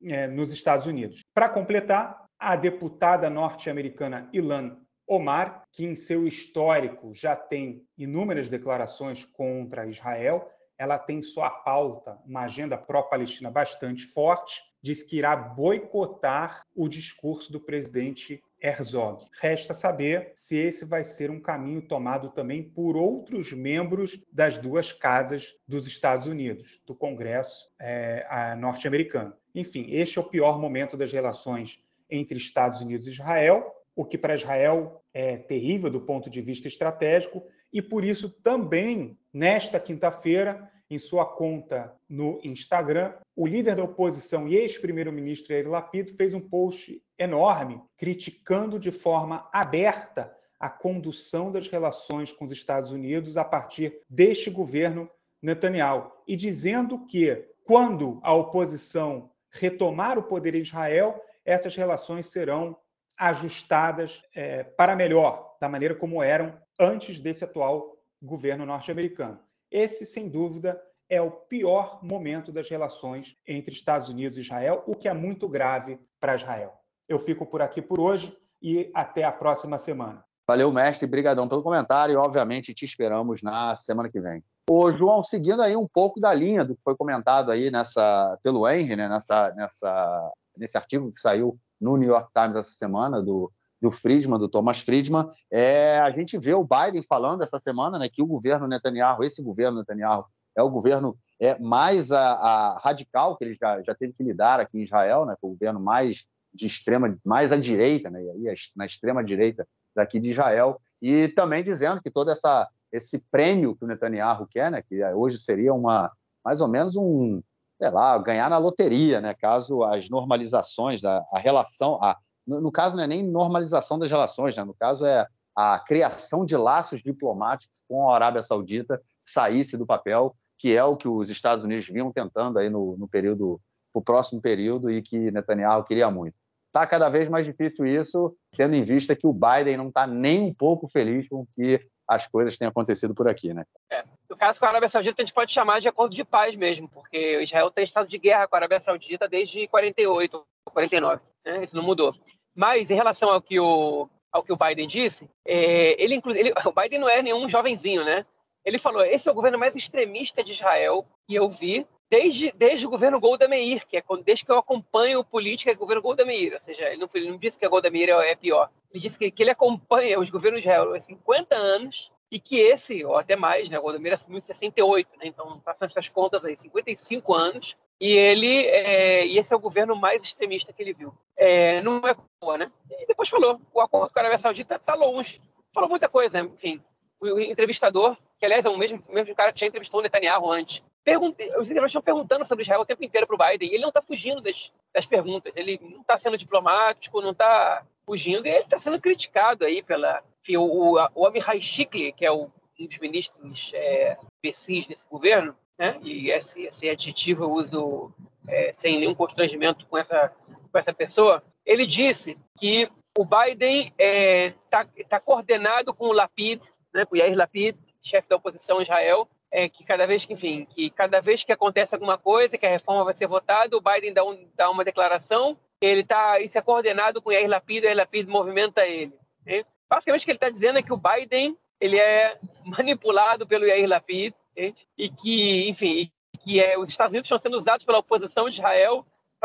Speaker 3: é, nos Estados Unidos. Para completar, a deputada norte-americana Ilhan Omar, que em seu histórico já tem inúmeras declarações contra Israel, ela tem sua pauta, uma agenda pró-Palestina bastante forte, diz que irá boicotar o discurso do presidente Herzog. Resta saber se esse vai ser um caminho tomado também por outros membros das duas casas dos Estados Unidos, do Congresso é, norte-americano. Enfim, este é o pior momento das relações entre Estados Unidos e Israel, o que para Israel é terrível do ponto de vista estratégico, e por isso também, nesta quinta-feira, em sua conta no Instagram, o líder da oposição e ex-primeiro-ministro Yair Lapid fez um post enorme criticando de forma aberta a condução das relações com os Estados Unidos a partir deste governo Netanyahu e dizendo que, quando a oposição retomar o poder em Israel, essas relações serão ajustadas é, para melhor, da maneira como eram antes desse atual governo norte-americano. Esse, sem dúvida, é o pior momento das relações entre Estados Unidos e Israel, o que é muito grave para Israel. Eu fico por aqui por hoje e até a próxima semana.
Speaker 1: Valeu, mestre. Brigadão pelo comentário e, obviamente, te esperamos na semana que vem. Ô, João, seguindo aí um pouco da linha do que foi comentado aí nessa, pelo Henry, né, nessa, nessa, nesse artigo que saiu no New York Times essa semana, do, do Friedman, do Thomas Friedman, é, a gente vê o Biden falando essa semana, né, que o governo Netanyahu, esse governo Netanyahu, é o governo é, mais a, a radical que ele já, já teve que lidar aqui em Israel, né, o governo mais de extrema, mais à direita, né, e aí na extrema direita daqui de Israel, e também dizendo que todo essa, esse prêmio que o Netanyahu quer, né, que hoje seria uma, mais ou menos um, sei lá, ganhar na loteria, né, caso as normalizações, a, a relação, a, no, no caso não é nem normalização das relações, né, no caso é a criação de laços diplomáticos com a Arábia Saudita saísse do papel, que é o que os Estados Unidos vinham tentando aí no, no período, no próximo período, e que Netanyahu queria muito. Está cada vez mais difícil isso, tendo em vista que o Biden não está nem um pouco feliz com que as coisas tenham acontecido por aqui, né?
Speaker 2: É, no caso com a Arábia Saudita, a gente pode chamar de acordo de paz mesmo, porque Israel tem estado de guerra com a Arábia Saudita desde quarenta e oito, quarenta e nove, né? Isso não mudou. Mas, em relação ao que o, ao que o Biden disse, é, ele, ele, o Biden não é nenhum jovenzinho, né? Ele falou, esse é o governo mais extremista de Israel que eu vi desde, desde o governo Golda Meir, que é quando, desde que eu acompanho política do governo Golda Meir. Ou seja, ele não, ele não disse que a Golda Meir é pior. Ele disse que, que ele acompanha os governos de Israel há cinquenta anos e que esse, ou até mais, né? A Golda Meir assumiu em sessenta e oito, né? Então, passando essas contas aí, cinquenta e cinco anos, e ele é, e esse é o governo mais extremista que ele viu. É, não é boa, né? E depois falou, o acordo com a Arábia Saudita está longe. Falou muita coisa, enfim. O entrevistador, que aliás é o mesmo, o mesmo cara que já entrevistou o Netanyahu antes, perguntei, os entrevistadores estão perguntando sobre Israel o tempo inteiro para o Biden, e ele não está fugindo das, das perguntas, ele não está sendo diplomático, não está fugindo, e ele está sendo criticado aí pela... Enfim, o, o, o Amihai Shikli, que é o, um dos ministros é, imbecis desse governo, né? E esse, esse adjetivo eu uso é, sem nenhum constrangimento com essa, com essa pessoa, ele disse que o Biden está é, tá, tá coordenado com o Lapid, né, com o Yair Lapid, chefe da oposição a Israel, é, que cada vez que, enfim, que cada vez que acontece alguma coisa, que a reforma vai ser votada, o Biden dá, um, dá uma declaração, ele tá, isso é coordenado com o Yair Lapid, o Yair Lapid movimenta ele. Né? Basicamente o que ele está dizendo é que o Biden ele é manipulado pelo Yair Lapid, gente, e que, enfim, que é, os Estados Unidos estão sendo usados pela oposição de Israel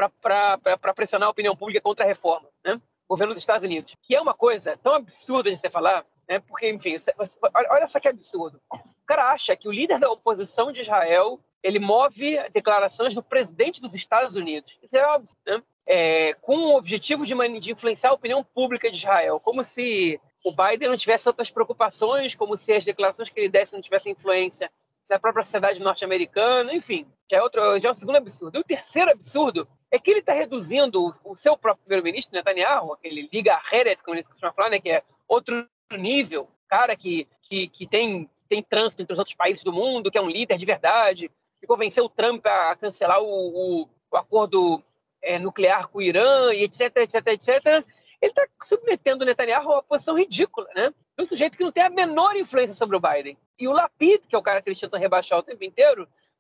Speaker 2: para pressionar a opinião pública contra a reforma, né? O governo dos Estados Unidos, que é uma coisa tão absurda de você falar, né? Porque, enfim, olha só que absurdo. O cara acha que o líder da oposição de Israel ele move declarações do presidente dos Estados Unidos. Isso é óbvio, né? É, com o objetivo de, de influenciar a opinião pública de Israel, como se o Biden não tivesse outras preocupações, como se as declarações que ele desse não tivessem influência na própria sociedade norte-americana, enfim, já é, outro, já é o segundo absurdo. E o terceiro absurdo é que ele está reduzindo o, o seu próprio primeiro-ministro, Netanyahu, aquele Liga Heret, como eles costumam falar, né, que é outro nível, cara que, que, que tem, tem trânsito entre os outros países do mundo, que é um líder de verdade, que convenceu o Trump a cancelar o, o, o acordo é, nuclear com o Irã, e etc, etc, etcétera. Ele está submetendo o Netanyahu a uma posição ridícula, né? É um sujeito que não tem a menor influência sobre o Biden. E o Lapid, que é o cara que eles tentam rebaixar o tempo inteiro,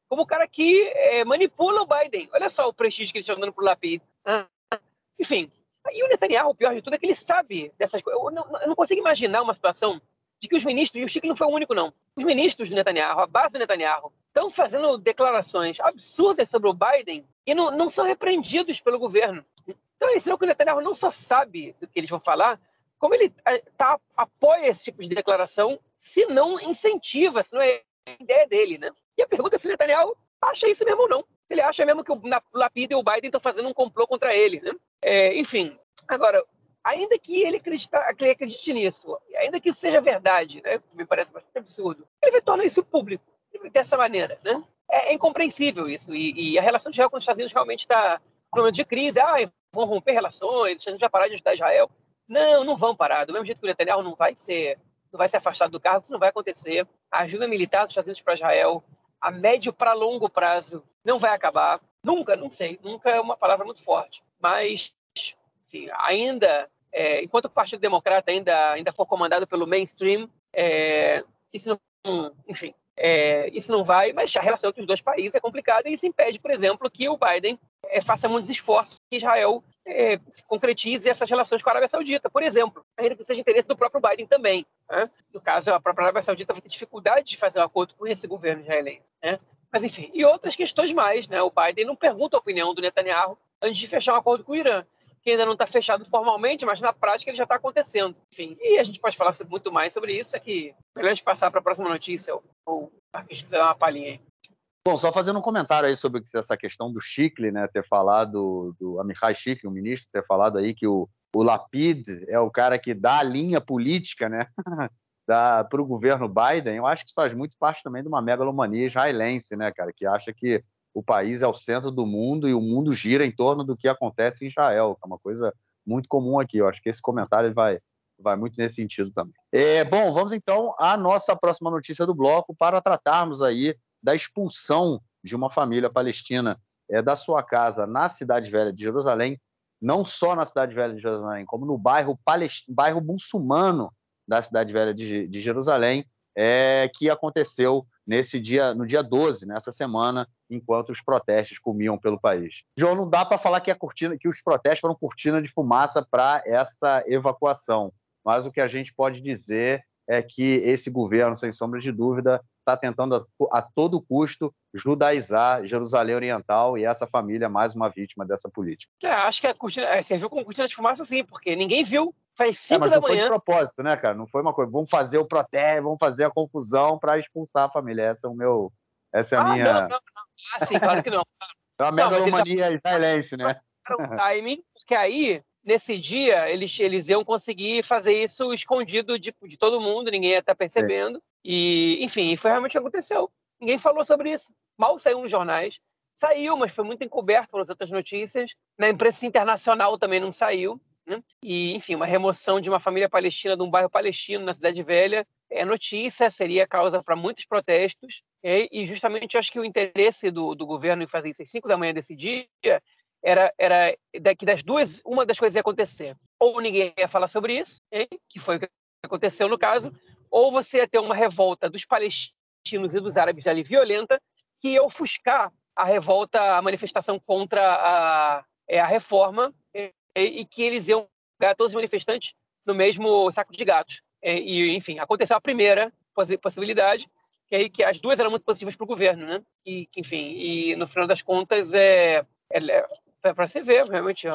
Speaker 2: como o cara que é, manipula o Biden. Olha só o prestígio que eles estão dando pro Lapid. Ah, enfim, e o Netanyahu, o pior de tudo, é que ele sabe dessas coisas. Eu não, eu não consigo imaginar uma situação de que os ministros, e o Chico não foi o único, não, os ministros do Netanyahu, a base do Netanyahu, estão fazendo declarações absurdas sobre o Biden e não, não são repreendidos pelo governo. Então é sinal que o Netanyahu não só sabe do que eles vão falar, como ele tá, apoia esse tipo de declaração, se não incentiva, se não é a ideia dele, né? E a pergunta é se o Netanyahu acha isso mesmo ou não. Se ele acha mesmo que o Lapid e o Biden estão fazendo um complô contra ele, né? É, enfim, agora, ainda que ele, acredita, que ele acredite nisso, ainda que isso seja verdade, né, que me parece bastante absurdo, ele vai tornar isso público dessa maneira, né? É, é incompreensível isso, e, e a relação de Israel com os Estados Unidos realmente está no momento de crise. Ah, vão romper relações, os Estados Unidos vai parar de ajudar Israel. Não, não vão parar. Do mesmo jeito que o Netanyahu não vai ser, não vai ser afastado do cargo, isso não vai acontecer. A ajuda militar dos Estados Unidos para Israel, a médio para longo prazo, não vai acabar. Nunca, não sei, nunca é uma palavra muito forte, mas enfim, ainda, é, enquanto o Partido Democrata ainda, ainda for comandado pelo mainstream, é, isso não, enfim, é, isso não vai, mas a relação entre os dois países é complicada e isso impede, por exemplo, que o Biden é, faça muitos esforços que Israel é, concretize essas relações com a Arábia Saudita, por exemplo, ainda que seja interesse do próprio Biden também. Né? No caso, a própria Arábia Saudita vai ter dificuldade de fazer um acordo com esse governo israelense. Né? Mas, enfim, e outras questões mais. Né? O Biden não pergunta a opinião do Netanyahu antes de fechar um acordo com o Irã, que ainda não está fechado formalmente, mas na prática ele já está acontecendo. Enfim, e a gente pode falar muito mais sobre isso, é que melhor a gente passar para a próxima notícia, ou, ou se quiser dar uma palhinha aí.
Speaker 1: Bom, só fazendo um comentário aí sobre essa questão do Shikli, né, ter falado, do Amichai Shikli, o ministro, ter falado aí que o, o Lapid é o cara que dá a linha política, né, para o governo Biden. Eu acho que isso faz muito parte também de uma megalomania israelense, né, cara, que acha que o país é o centro do mundo e o mundo gira em torno do que acontece em Israel, que é uma coisa muito comum aqui. Eu acho que esse comentário vai, vai muito nesse sentido também. É, bom, vamos então à nossa próxima notícia do bloco para tratarmos aí da expulsão de uma família palestina é, da sua casa na Cidade Velha de Jerusalém, não só na Cidade Velha de Jerusalém, como no bairro, palest... bairro muçulmano da Cidade Velha de, de Jerusalém, é, que aconteceu nesse dia, no dia doze, nessa semana, enquanto os protestos comiam pelo país. João, não dá para falar que, a cortina, que os protestos foram cortina de fumaça para essa evacuação, mas o que a gente pode dizer é que esse governo, sem sombra de dúvida, está tentando a, a todo custo judaizar Jerusalém Oriental e essa família mais uma vítima dessa política.
Speaker 2: É, acho que a cortina, é, serviu como cortina de fumaça sim, porque ninguém viu, faz cinco
Speaker 1: é, mas
Speaker 2: da
Speaker 1: não
Speaker 2: manhã.
Speaker 1: Foi de propósito, né, cara? Não foi uma coisa, vamos fazer o protesto, vamos fazer a confusão para expulsar a família. Essa é, o meu, essa é a
Speaker 2: ah,
Speaker 1: minha...
Speaker 2: não, não, não. Ah, sim, claro que não.
Speaker 1: É uma megalomania israelense, né?
Speaker 2: O timing, porque aí, nesse dia, eles, eles iam conseguir fazer isso escondido de, de todo mundo, ninguém ia estar percebendo. Sim. E, enfim, foi realmente o que aconteceu. Ninguém falou sobre isso. Mal saiu nos jornais. Saiu, mas foi muito encoberto pelas outras notícias. Na imprensa internacional também não saiu. Né? E, enfim, uma remoção de uma família palestina de um bairro palestino na Cidade Velha é notícia, seria causa para muitos protestos. Okay? E justamente eu acho que o interesse do, do governo em fazer isso às cinco da manhã desse dia era, era que das duas, uma das coisas ia acontecer. Ou ninguém ia falar sobre isso, okay? Que foi o que aconteceu no caso, ou você ia ter uma revolta dos palestinos e dos árabes ali violenta, que ia ofuscar a revolta, a manifestação contra a, a reforma, e, e que eles iam pegar todos os manifestantes no mesmo saco de gatos. E, enfim, aconteceu a primeira possibilidade, que, que as duas eram muito positivas para o governo, né? E, enfim, e no final das contas, é, é, é para você ver realmente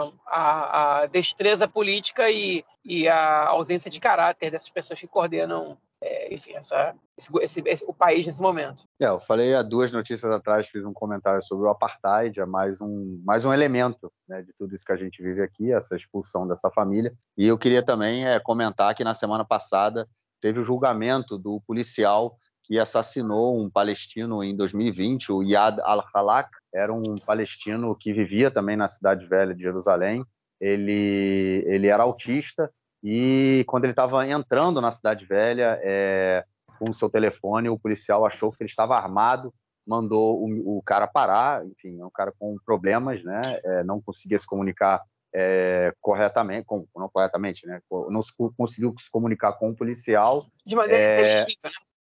Speaker 2: a, a destreza política e, e a ausência de caráter dessas pessoas que coordenam, é, enfim, essa, esse, esse, esse, o país nesse momento.
Speaker 1: É, eu falei há duas notícias atrás, fiz um comentário sobre o apartheid, é mais um, mais um elemento, né, de tudo isso que a gente vive aqui, essa expulsão dessa família. E eu queria também é, comentar que na semana passada teve o julgamento do policial que assassinou um palestino em dois mil e vinte, o Yad al-Halak, era um palestino que vivia também na Cidade Velha de Jerusalém. Ele, ele era autista e quando ele estava entrando na Cidade Velha, é, com o seu telefone, o policial achou que ele estava armado, mandou o, o cara parar, enfim, é um cara com problemas, né? É, não conseguia se comunicar é, corretamente, com, não corretamente, né? Não se, conseguiu se comunicar com o policial.
Speaker 2: De maneira
Speaker 1: é...
Speaker 2: inteligível, né?
Speaker 1: Hã?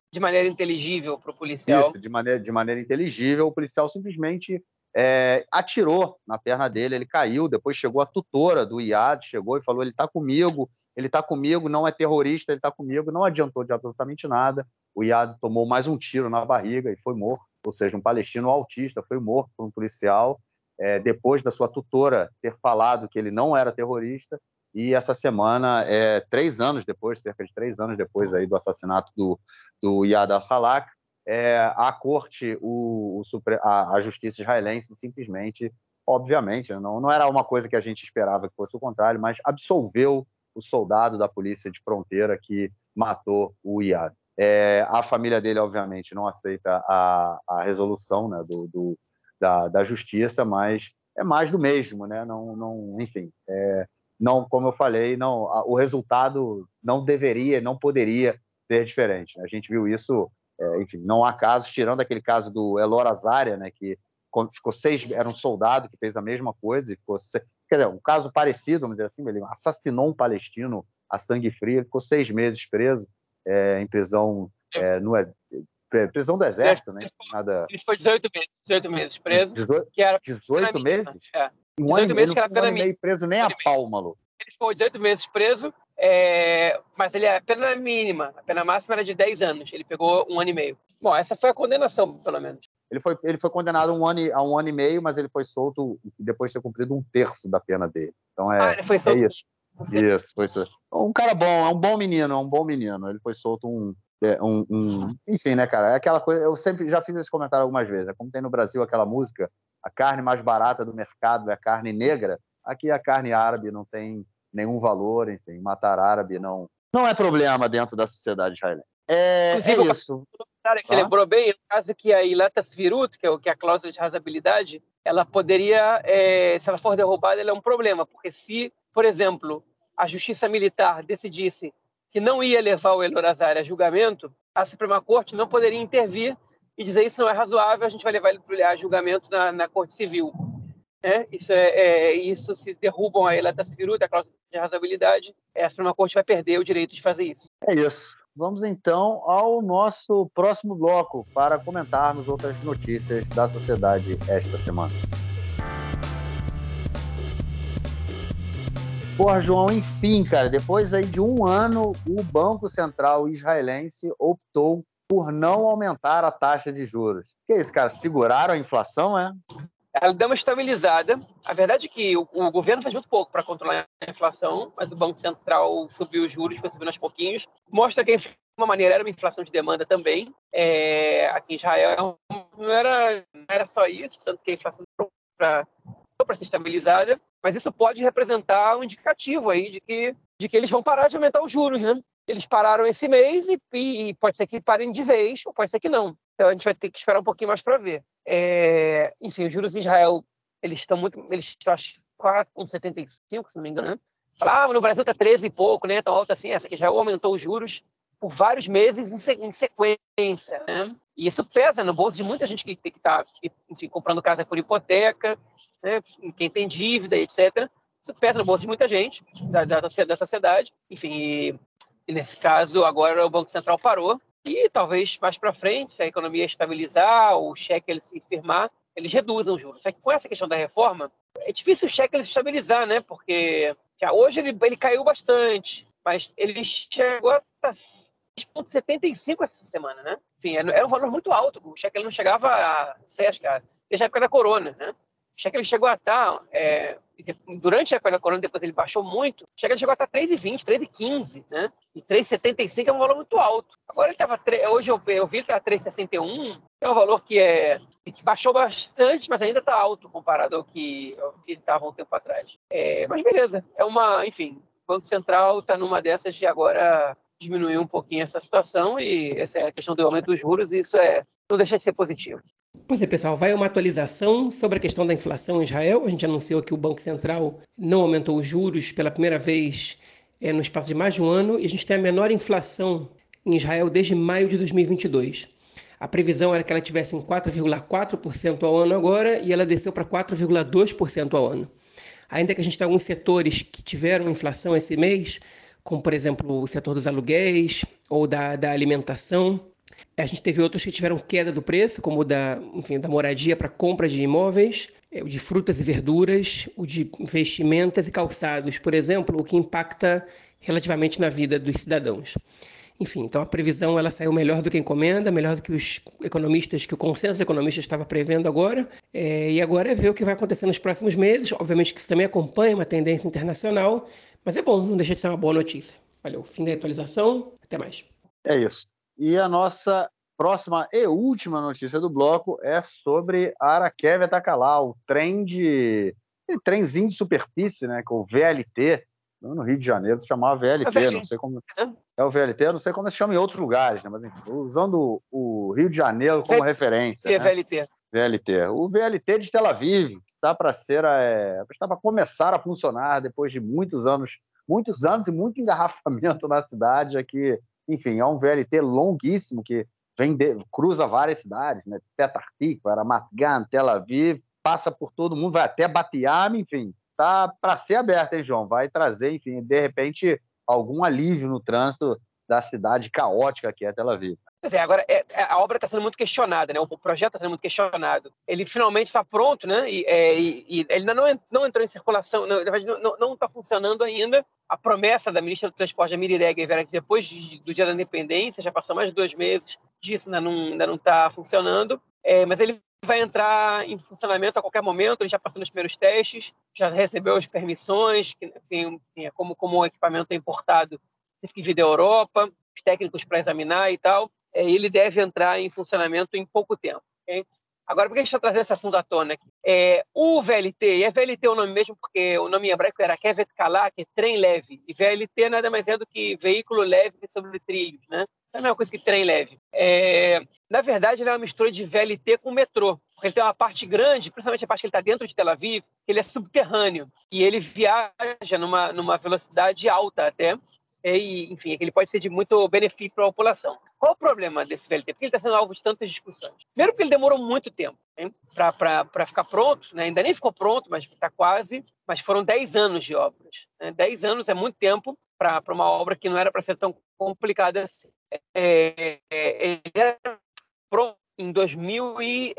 Speaker 2: de maneira inteligível para o policial.
Speaker 1: Isso, de maneira, de maneira inteligível, o policial simplesmente é, atirou na perna dele, ele caiu, depois chegou a tutora do Iyad, chegou e falou, ele está comigo, ele está comigo, não é terrorista, ele está comigo, não adiantou de absolutamente nada, o Iyad tomou mais um tiro na barriga e foi morto, ou seja, um palestino autista foi morto por um policial, é, depois da sua tutora ter falado que ele não era terrorista, e essa semana, é, três anos depois, cerca de três anos depois aí do assassinato do, do Iyad al-Halak, é, a corte, o, o, a, a justiça israelense simplesmente, obviamente, não, não era uma coisa que a gente esperava que fosse o contrário, mas absolveu o soldado da polícia de fronteira que matou o Iyad. É, a família dele, obviamente, não aceita a, a resolução, né, do, do, da, da justiça, mas é mais do mesmo, né? Não, não, enfim, é, não, como eu falei, não, a, o resultado não deveria, não poderia ser diferente. A gente viu isso, é, enfim, não há casos, tirando aquele caso do Elor Azaria, né, que ficou seis, era um soldado que fez a mesma coisa, e ficou, quer dizer, um caso parecido, vamos dizer assim, ele assassinou um palestino a sangue frio, ele ficou seis meses preso, é, em prisão, é, no, prisão do exército, né? Nada...
Speaker 2: Ele foi dezoito meses, dezoito meses preso.
Speaker 1: dezoito,
Speaker 2: que era
Speaker 1: dezoito meses?
Speaker 2: É.
Speaker 1: Um ano, meses que era pena um ano e meio preso, nem um a pau, maluco.
Speaker 2: Ele ficou dezoito meses preso, é... mas ele, a pena mínima, a pena máxima era de dez anos. Ele pegou um ano e meio. Bom, essa foi a condenação, pelo menos.
Speaker 1: Ele foi, ele foi condenado a um, ano, a um ano e meio, mas ele foi solto depois de ter cumprido um terço da pena dele. Então é,
Speaker 2: ah, ele foi solto.
Speaker 1: É isso. Isso, foi solto. Um cara bom, é um bom menino, é um bom menino. Ele foi solto um, um, um... Enfim, né, cara? É aquela coisa... Eu sempre já fiz esse comentário algumas vezes. É como tem no Brasil aquela música, a carne mais barata do mercado é a carne negra. Aqui a carne árabe não tem nenhum valor, enfim, matar árabe não, não é problema dentro da sociedade israelense. É, é isso.
Speaker 2: Cara, que você ah? lembrou bem, no caso que a ilata svirut, que é, o, que é a cláusula de razoabilidade, ela poderia, é, se ela for derrubada, ela é um problema, porque se, por exemplo, a justiça militar decidisse que não ia levar o Elor Azaria a julgamento, a Suprema Corte não poderia intervir e dizer isso não é razoável, a gente vai levar ele a julgamento na, na Corte Civil. É, isso, é, é, isso se derrubam a ilata svirut, a cláusula de razoabilidade, a Suprema Corte vai perder o direito de fazer isso.
Speaker 1: É isso. Vamos então ao nosso próximo bloco para comentarmos outras notícias da sociedade esta semana. Porra, João, enfim, cara, depois aí de um ano, o Banco Central israelense optou por não aumentar a taxa de juros. Que é isso, cara? Seguraram a inflação, é?
Speaker 2: Ela deu uma estabilizada. A verdade é que o, o governo fez muito pouco para controlar a inflação, mas o Banco Central subiu os juros, foi subindo aos pouquinhos. Mostra que, de uma maneira, era uma inflação de demanda também. É, aqui em Israel não era, não era só isso, tanto que a inflação para para ser estabilizada, mas isso pode representar um indicativo aí de que, de que eles vão parar de aumentar os juros, né? Eles pararam esse mês e, e pode ser que parem de vez, ou pode ser que não. Então a gente vai ter que esperar um pouquinho mais para ver. É, enfim, os juros em Israel, eles estão muito, eles estão acho quatro vírgula setenta e cinco, se não me engano, né? Ah, no Brasil está treze e pouco, né? Tão alto assim, essa que Israel aumentou os juros por vários meses em sequência, né? E isso pesa no bolso de muita gente que está, enfim, comprando casa por hipoteca, né? Quem tem dívida, etcétera. Isso pesa no bolso de muita gente da, da, da sociedade. Enfim, e, e nesse caso, agora o Banco Central parou e talvez mais para frente, se a economia estabilizar, o cheque ele se firmar, eles reduzam os juros. Só que com essa questão da reforma, é difícil o cheque ele se estabilizar, né? Porque já, hoje ele, ele caiu bastante, mas ele chegou a seis vírgula setenta e cinco essa semana, né? Enfim, era um valor muito alto. O cheque ele não chegava a, sei, acho que desde a época da corona, né? O cheque ele chegou a estar, é, durante a época da corona, depois ele baixou muito, o cheque ele chegou a estar três vírgula vinte, três vírgula quinze, né? E três vírgula setenta e cinco é um valor muito alto. Agora ele estava, hoje eu, eu vi que estava três vírgula sessenta e um, é um valor que, é, que baixou bastante, mas ainda está alto comparado ao que estava um tempo atrás. É, mas beleza, é uma, enfim, o Banco Central está numa dessas de agora diminuir um pouquinho essa situação, e essa é a questão do aumento dos juros, e isso é, não deixa de ser positivo.
Speaker 4: Pois é, pessoal, vai uma atualização sobre a questão da inflação em Israel. A gente anunciou que o Banco Central não aumentou os juros pela primeira vez é, no espaço de mais de um ano, e a gente tem a menor inflação em Israel desde maio de dois mil e vinte e dois. A previsão era que ela tivesse em quatro vírgula quatro por cento ao ano agora, e ela desceu para quatro vírgula dois por cento ao ano. Ainda que a gente tenha alguns setores que tiveram inflação esse mês, como, por exemplo, o setor dos aluguéis ou da, da alimentação, A gente teve outros que tiveram queda do preço, como o da, enfim, da moradia para compra de imóveis, o de frutas e verduras, o de vestimentas e calçados, por exemplo, o que impacta relativamente na vida dos cidadãos. Enfim, então a previsão ela saiu melhor do que a encomenda, melhor do que os economistas, que o consenso economista estava prevendo agora. É, e agora é ver o que vai acontecer nos próximos meses. Obviamente que isso também acompanha uma tendência internacional, mas é bom, não deixa de ser uma boa notícia. Valeu, fim da atualização, até mais.
Speaker 1: É isso. E a nossa próxima e última notícia do bloco é sobre a Arakev Atacalá, o trem de... o trenzinho de superfície, né, com o V L T, no Rio de Janeiro se chamava V L T, não sei como... É o V L T, não sei como se chama em outros lugares, né, mas enfim, usando o Rio de Janeiro como referência.
Speaker 2: É
Speaker 1: né?
Speaker 2: V L T.
Speaker 1: V L T. O V L T de Tel Aviv está para ser, é, está para começar a funcionar depois de muitos anos, muitos anos e muito engarrafamento na cidade aqui. Enfim, é um V L T longuíssimo que vem de, cruza várias cidades, né? Petah Tikva, Ramat Gan, Tel Aviv, passa por todo mundo, vai até Bat Yam, enfim, tá para ser aberto, hein, João? Vai trazer, enfim, de repente, algum alívio no trânsito da cidade caótica que é Tel Aviv.
Speaker 2: Pois é, agora é, a obra está sendo muito questionada, né? O projeto está sendo muito questionado. Ele finalmente está pronto, né? E, é, e, e ele ainda não, não entrou em circulação, não, na verdade não está funcionando ainda. A promessa da ministra do Transporte, a Miri Regev, era que depois de, do Dia da Independência, já passou mais de dois meses disso, ainda não ainda não está funcionando. É, mas ele vai entrar em funcionamento a qualquer momento. Ele já passou nos primeiros testes, já recebeu as permissões, que, enfim, como, como o equipamento é importado, teve que vir da Europa, os técnicos para examinar e tal. Ele deve entrar em funcionamento em pouco tempo. Okay? Agora, por que a gente está trazendo esse assunto à tona aqui? É, o V L T, e é V L T o nome mesmo porque o nome em hebraico era Kevet Kalá, que é trem leve, e V L T nada mais é do que veículo leve sobre trilhos, né? É a mesma coisa que trem leve. É, na verdade, ele é uma mistura de V L T com metrô, porque ele tem uma parte grande, principalmente a parte que ele está dentro de Tel Aviv, que ele é subterrâneo, e ele viaja numa, numa velocidade alta até, e, enfim, ele pode ser de muito benefício para a população. Qual o problema desse V L T? Porque ele está sendo alvo de tantas discussões. Primeiro porque ele demorou muito tempo para ficar pronto, né? Ainda nem ficou pronto, mas está quase, mas foram dez anos de obras. Né? dez anos é muito tempo para uma obra que não era para ser tão complicada assim. É, é, ele era pronto em dois mil e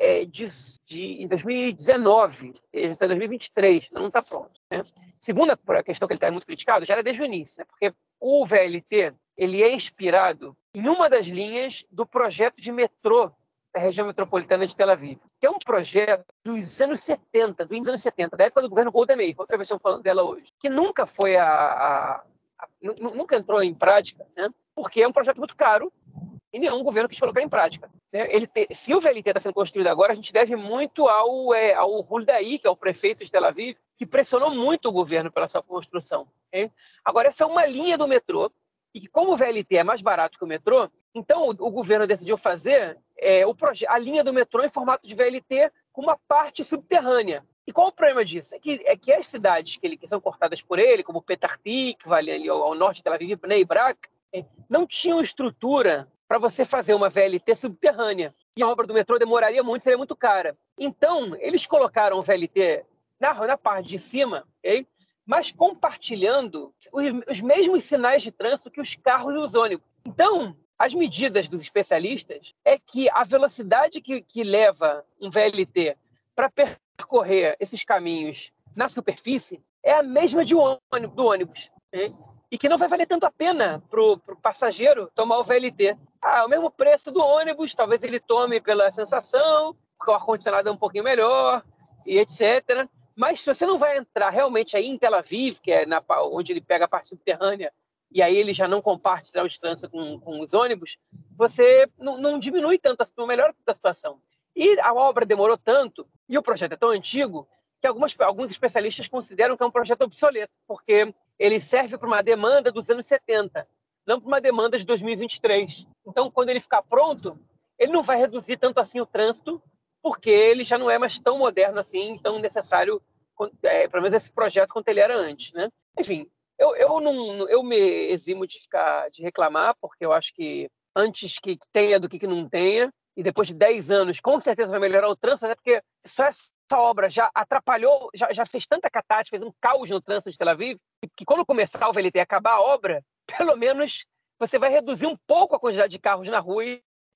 Speaker 2: dezenove, ele está em dois mil e vinte e três, não está pronto. Né? Segunda questão que ele está muito criticado, já era desde o início, né? Porque o V L T ele é inspirado em uma das linhas do projeto de metrô da região metropolitana de Tel Aviv, que é um projeto dos anos setenta, dos anos setenta, da época do governo Golda Meir, outra vez estamos falando dela hoje, que nunca foi a, a, a nunca entrou em prática, né? Porque é um projeto muito caro e nenhum governo quis colocar em prática. Ele te, se o V L T está sendo construído agora, a gente deve muito ao, é, ao Huldaí, que é o prefeito de Tel Aviv, que pressionou muito o governo pela sua construção. Okay? Agora, essa é uma linha do metrô, e que como o V L T é mais barato que o metrô, então o, o governo decidiu fazer é, o a linha do metrô em formato de V L T com uma parte subterrânea. E qual o problema disso? É que, é que as cidades que, ele, que são cortadas por ele, como Petah Tikva, ali ao, ao norte de Tel Aviv, Bnei Brak, é, não tinham estrutura para você fazer uma V L T subterrânea. E a obra do metrô demoraria muito, seria muito cara. Então, eles colocaram o V L T na, na parte de cima, okay? Mas compartilhando os, os mesmos sinais de trânsito que os carros e os ônibus. Então, as medidas dos especialistas é que a velocidade que, que leva um V L T para percorrer esses caminhos na superfície é a mesma de ônibus, do ônibus. Okay? E que não vai valer tanto a pena para o passageiro tomar o V L T. Ah, o mesmo preço do ônibus, talvez ele tome pela sensação, porque o ar-condicionado é um pouquinho melhor, e etcétera. Mas se você não vai entrar realmente aí em Tel Aviv, que é na, onde ele pega a parte subterrânea, e aí ele já não compartilha o trânsito com, com os ônibus, você não, não diminui tanto, não melhora tanto a situação. E a obra demorou tanto, e o projeto é tão antigo, que algumas, alguns especialistas consideram que é um projeto obsoleto, porque ele serve para uma demanda dos anos setenta, não para uma demanda de dois mil e vinte e três. Então, quando ele ficar pronto, ele não vai reduzir tanto assim o trânsito, porque ele já não é mais tão moderno assim, tão necessário, é, pelo menos esse projeto, quanto ele era antes. Né? Enfim, eu, eu, não, eu me eximo de, ficar, de reclamar, porque eu acho que antes que tenha do que, que não tenha, e depois de dez anos, com certeza vai melhorar o trânsito, até porque só essa obra já atrapalhou, já, já fez tanta catástrofe, fez um caos no trânsito de Tel Aviv, que quando começar o V L T e acabar a obra, pelo menos você vai reduzir um pouco a quantidade de carros na rua e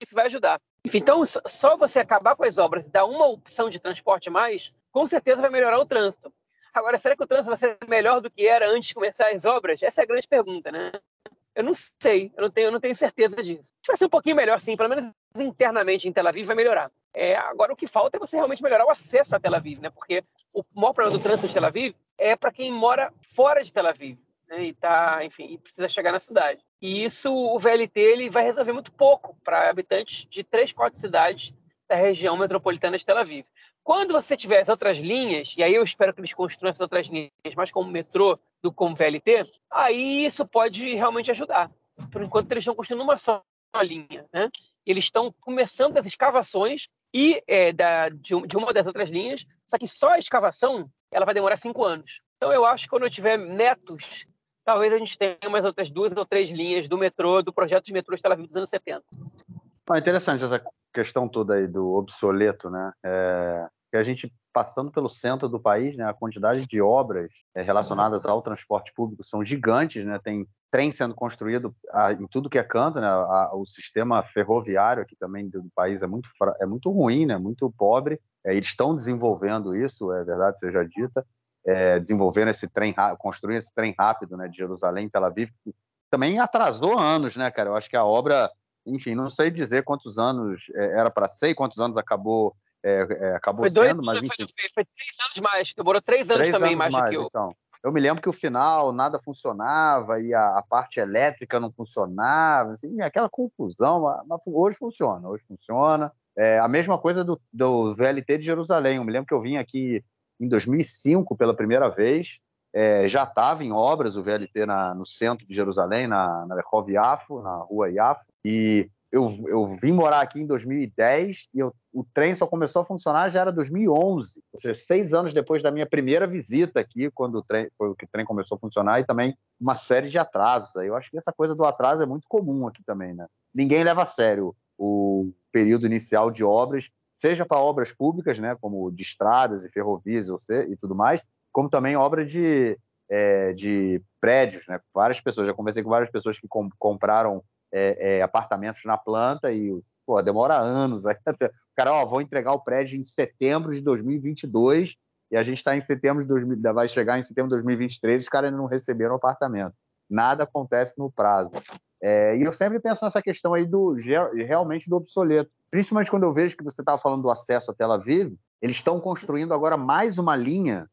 Speaker 2: isso vai ajudar. Enfim, então, só você acabar com as obras e dar uma opção de transporte a mais, com certeza vai melhorar o trânsito. Agora, será que o trânsito vai ser melhor do que era antes de começar as obras? Essa é a grande pergunta, né? Eu não sei, eu não tenho, eu não tenho certeza disso. Vai ser um pouquinho melhor, sim, pelo menos internamente em Tel Aviv vai melhorar. É, agora, o que falta é você realmente melhorar o acesso a Tel Aviv, né? Porque o maior problema do trânsito de Tel Aviv é para quem mora fora de Tel Aviv, né? E tá, enfim, e precisa chegar na cidade. E isso, o V L T ele vai resolver muito pouco para habitantes de três, quatro cidades da região metropolitana de Tel Aviv. Quando você tiver as outras linhas, e aí eu espero que eles construam essas outras linhas mais como metrô do que como V L T, aí isso pode realmente ajudar. Por enquanto, eles estão construindo uma só linha, né? Eles estão começando as escavações e, é, da, de, de uma das outras linhas, só que só a escavação ela vai demorar cinco anos. Então, eu acho que quando eu tiver netos, talvez a gente tenha umas outras duas ou três linhas do metrô, do projeto de metrô de Tel Aviv dos anos setenta.
Speaker 1: Ah, interessante essa questão toda aí do obsoleto, né? É, que a gente, passando pelo centro do país, né, a quantidade de obras é, relacionadas ao transporte público são gigantes, né? Tem trem sendo construído a, em tudo que é canto, né? A, o sistema ferroviário aqui também do, do país é muito, é muito ruim, né? Muito pobre. É, eles estão desenvolvendo isso, é verdade seja dita, é, desenvolvendo esse trem, construindo esse trem rápido, né, de Jerusalém, Tel Aviv, que também atrasou anos, né, cara? Eu acho que a obra, enfim, não sei dizer quantos anos é, era para ser e quantos anos acabou, é, é, acabou
Speaker 2: foi dois,
Speaker 1: sendo, mas enfim.
Speaker 2: Foi, foi três anos mais, demorou três anos
Speaker 1: três
Speaker 2: também
Speaker 1: anos
Speaker 2: mais,
Speaker 1: mais
Speaker 2: do que eu.
Speaker 1: Então, eu me lembro que o final nada funcionava e a, a parte elétrica não funcionava, assim, aquela confusão, mas hoje funciona, hoje funciona. É, a mesma coisa do, do V L T de Jerusalém, eu me lembro que eu vim aqui em dois mil e cinco pela primeira vez, é, já estava em obras o V L T na, no centro de Jerusalém, na, na Rehov Yafo, na rua Yafo, e eu, eu vim morar aqui em dois mil e dez e eu, o trem só começou a funcionar já era dois mil e onze, ou seja, seis anos depois da minha primeira visita aqui, quando o trem, foi que o trem começou a funcionar, e também uma série de atrasos. Eu acho que essa coisa do atraso é muito comum aqui também, né? Ninguém leva a sério o período inicial de obras, seja para obras públicas, né, como de estradas e ferrovias e tudo mais, como também obra de, é, de prédios, né? Várias pessoas, já conversei com várias pessoas que com, compraram é, é, apartamentos na planta e, pô, demora anos. Aí, o cara, ó, vou entregar o prédio em setembro de dois mil e vinte e dois e a gente está em setembro de dois mil, vai chegar em setembro de dois mil e vinte e três, os caras ainda não receberam o apartamento. Nada acontece no prazo. É, e eu sempre penso nessa questão aí do realmente do obsoleto. Principalmente quando eu vejo que você estava falando do acesso a Tel Aviv, eles estão construindo agora mais uma linha,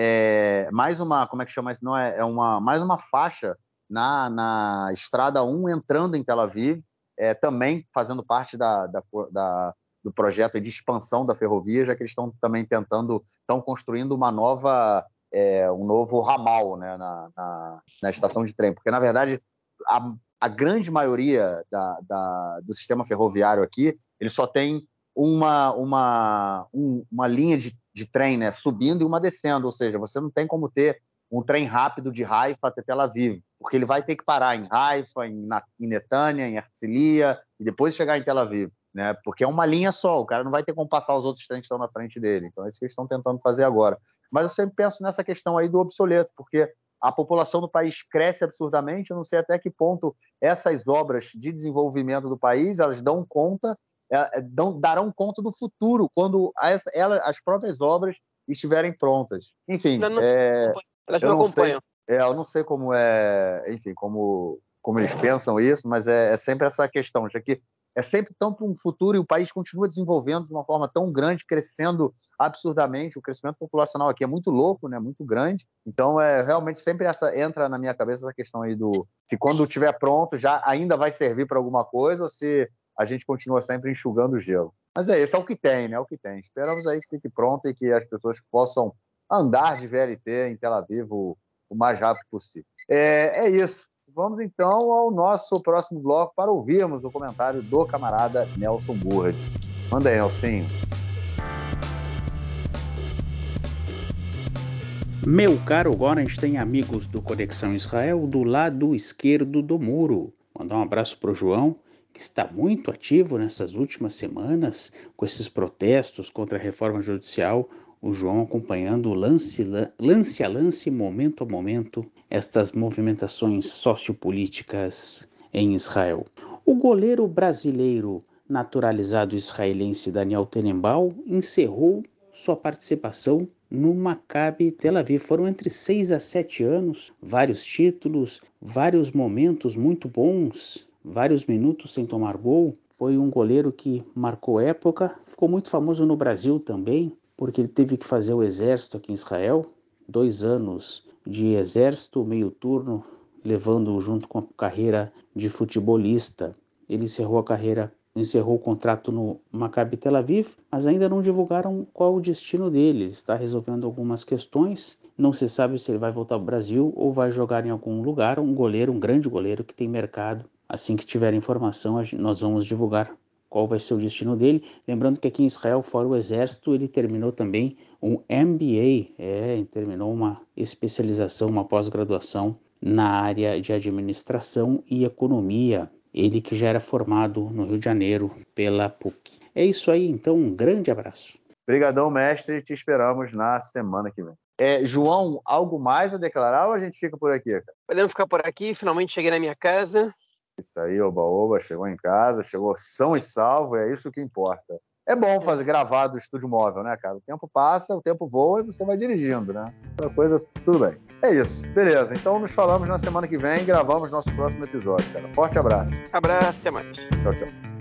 Speaker 1: é, mais uma, como é que chama isso? Não é, é uma, mais uma faixa na, na Estrada um entrando em Tel Aviv, é, também fazendo parte da, da, da, do projeto de expansão da ferrovia, já que eles estão também tentando, estão construindo uma nova, é, um novo ramal, né, na, na, na estação de trem, porque na verdade a, a grande maioria da, da, do sistema ferroviário aqui, ele só tem uma, uma, um, uma linha de, de trem, né, subindo e uma descendo, ou seja, você não tem como ter um trem rápido de Haifa até Tel Aviv, porque ele vai ter que parar em Haifa, em, em Netânia, em Herzliya, e depois chegar em Tel Aviv, né, porque é uma linha só, o cara não vai ter como passar os outros trens que estão na frente dele, então é isso que eles estão tentando fazer agora. Mas eu sempre penso nessa questão aí do obsoleto, porque a população do país cresce absurdamente, eu não sei até que ponto essas obras de desenvolvimento do país, elas dão conta, é, dão, darão conta do futuro, quando as, elas, as próprias obras estiverem prontas. Enfim,
Speaker 2: não, não,
Speaker 1: é,
Speaker 2: elas
Speaker 1: eu
Speaker 2: não
Speaker 1: não
Speaker 2: acompanham.
Speaker 1: sei, é, eu não sei como é, enfim, como, como eles pensam isso, mas é, é sempre essa questão, já que é sempre tão para um futuro e o país continua desenvolvendo de uma forma tão grande, crescendo absurdamente. O crescimento populacional aqui é muito louco, né? Muito grande. Então, é realmente sempre essa entra na minha cabeça essa questão aí do se quando estiver pronto já ainda vai servir para alguma coisa ou se a gente continua sempre enxugando o gelo. Mas é isso, é o que tem, né? É o que tem. Esperamos aí que fique pronto e que as pessoas possam andar de V L T em Tel Aviv o, o mais rápido possível. É, é isso. Vamos, então, ao nosso próximo bloco para ouvirmos o comentário do camarada Nelson Burri. Manda aí, Nelsinho.
Speaker 5: Meu caro Gorenstein, amigos do Conexão Israel, do lado esquerdo do muro. Mandar um abraço para o João, que está muito ativo nessas últimas semanas com esses protestos contra a reforma judicial. O João acompanhando lance, lance a lance, momento a momento, estas movimentações sociopolíticas em Israel. O goleiro brasileiro naturalizado israelense Daniel Tenenbaum encerrou sua participação no Maccabi Tel Aviv. Foram entre seis a sete anos, vários títulos, vários momentos muito bons, vários minutos sem tomar gol. Foi um goleiro que marcou época, ficou muito famoso no Brasil também, porque ele teve que fazer o exército aqui em Israel, dois anos de exército, meio turno, levando junto com a carreira de futebolista. Ele encerrou a carreira, encerrou o contrato no Maccabi Tel Aviv, mas ainda não divulgaram qual o destino dele. Ele está resolvendo algumas questões, não se sabe se ele vai voltar ao Brasil ou vai jogar em algum lugar. Um goleiro, um grande goleiro que tem mercado. Assim que tiver informação, nós vamos divulgar qual vai ser o destino dele. Lembrando que aqui em Israel, fora o exército, ele terminou também um M B A, é, terminou uma especialização, uma pós-graduação na área de administração e economia. Ele que já era formado no Rio de Janeiro pela P U C. É isso aí, então, um grande abraço.
Speaker 1: Obrigadão, mestre, te esperamos na semana que vem. É, João, algo mais a declarar ou a gente fica por aqui, cara?
Speaker 2: Podemos ficar por aqui, finalmente cheguei na minha casa.
Speaker 1: Isso aí, oba-oba, chegou em casa, chegou são e salvo, é isso que importa. É bom fazer gravar do estúdio móvel, né, cara? O tempo passa, o tempo voa e você vai dirigindo, né? Outra coisa, tudo bem. É isso, beleza. Então nos falamos na semana que vem e gravamos nosso próximo episódio, cara. Forte abraço.
Speaker 2: Abraço, até mais.
Speaker 1: Tchau, tchau.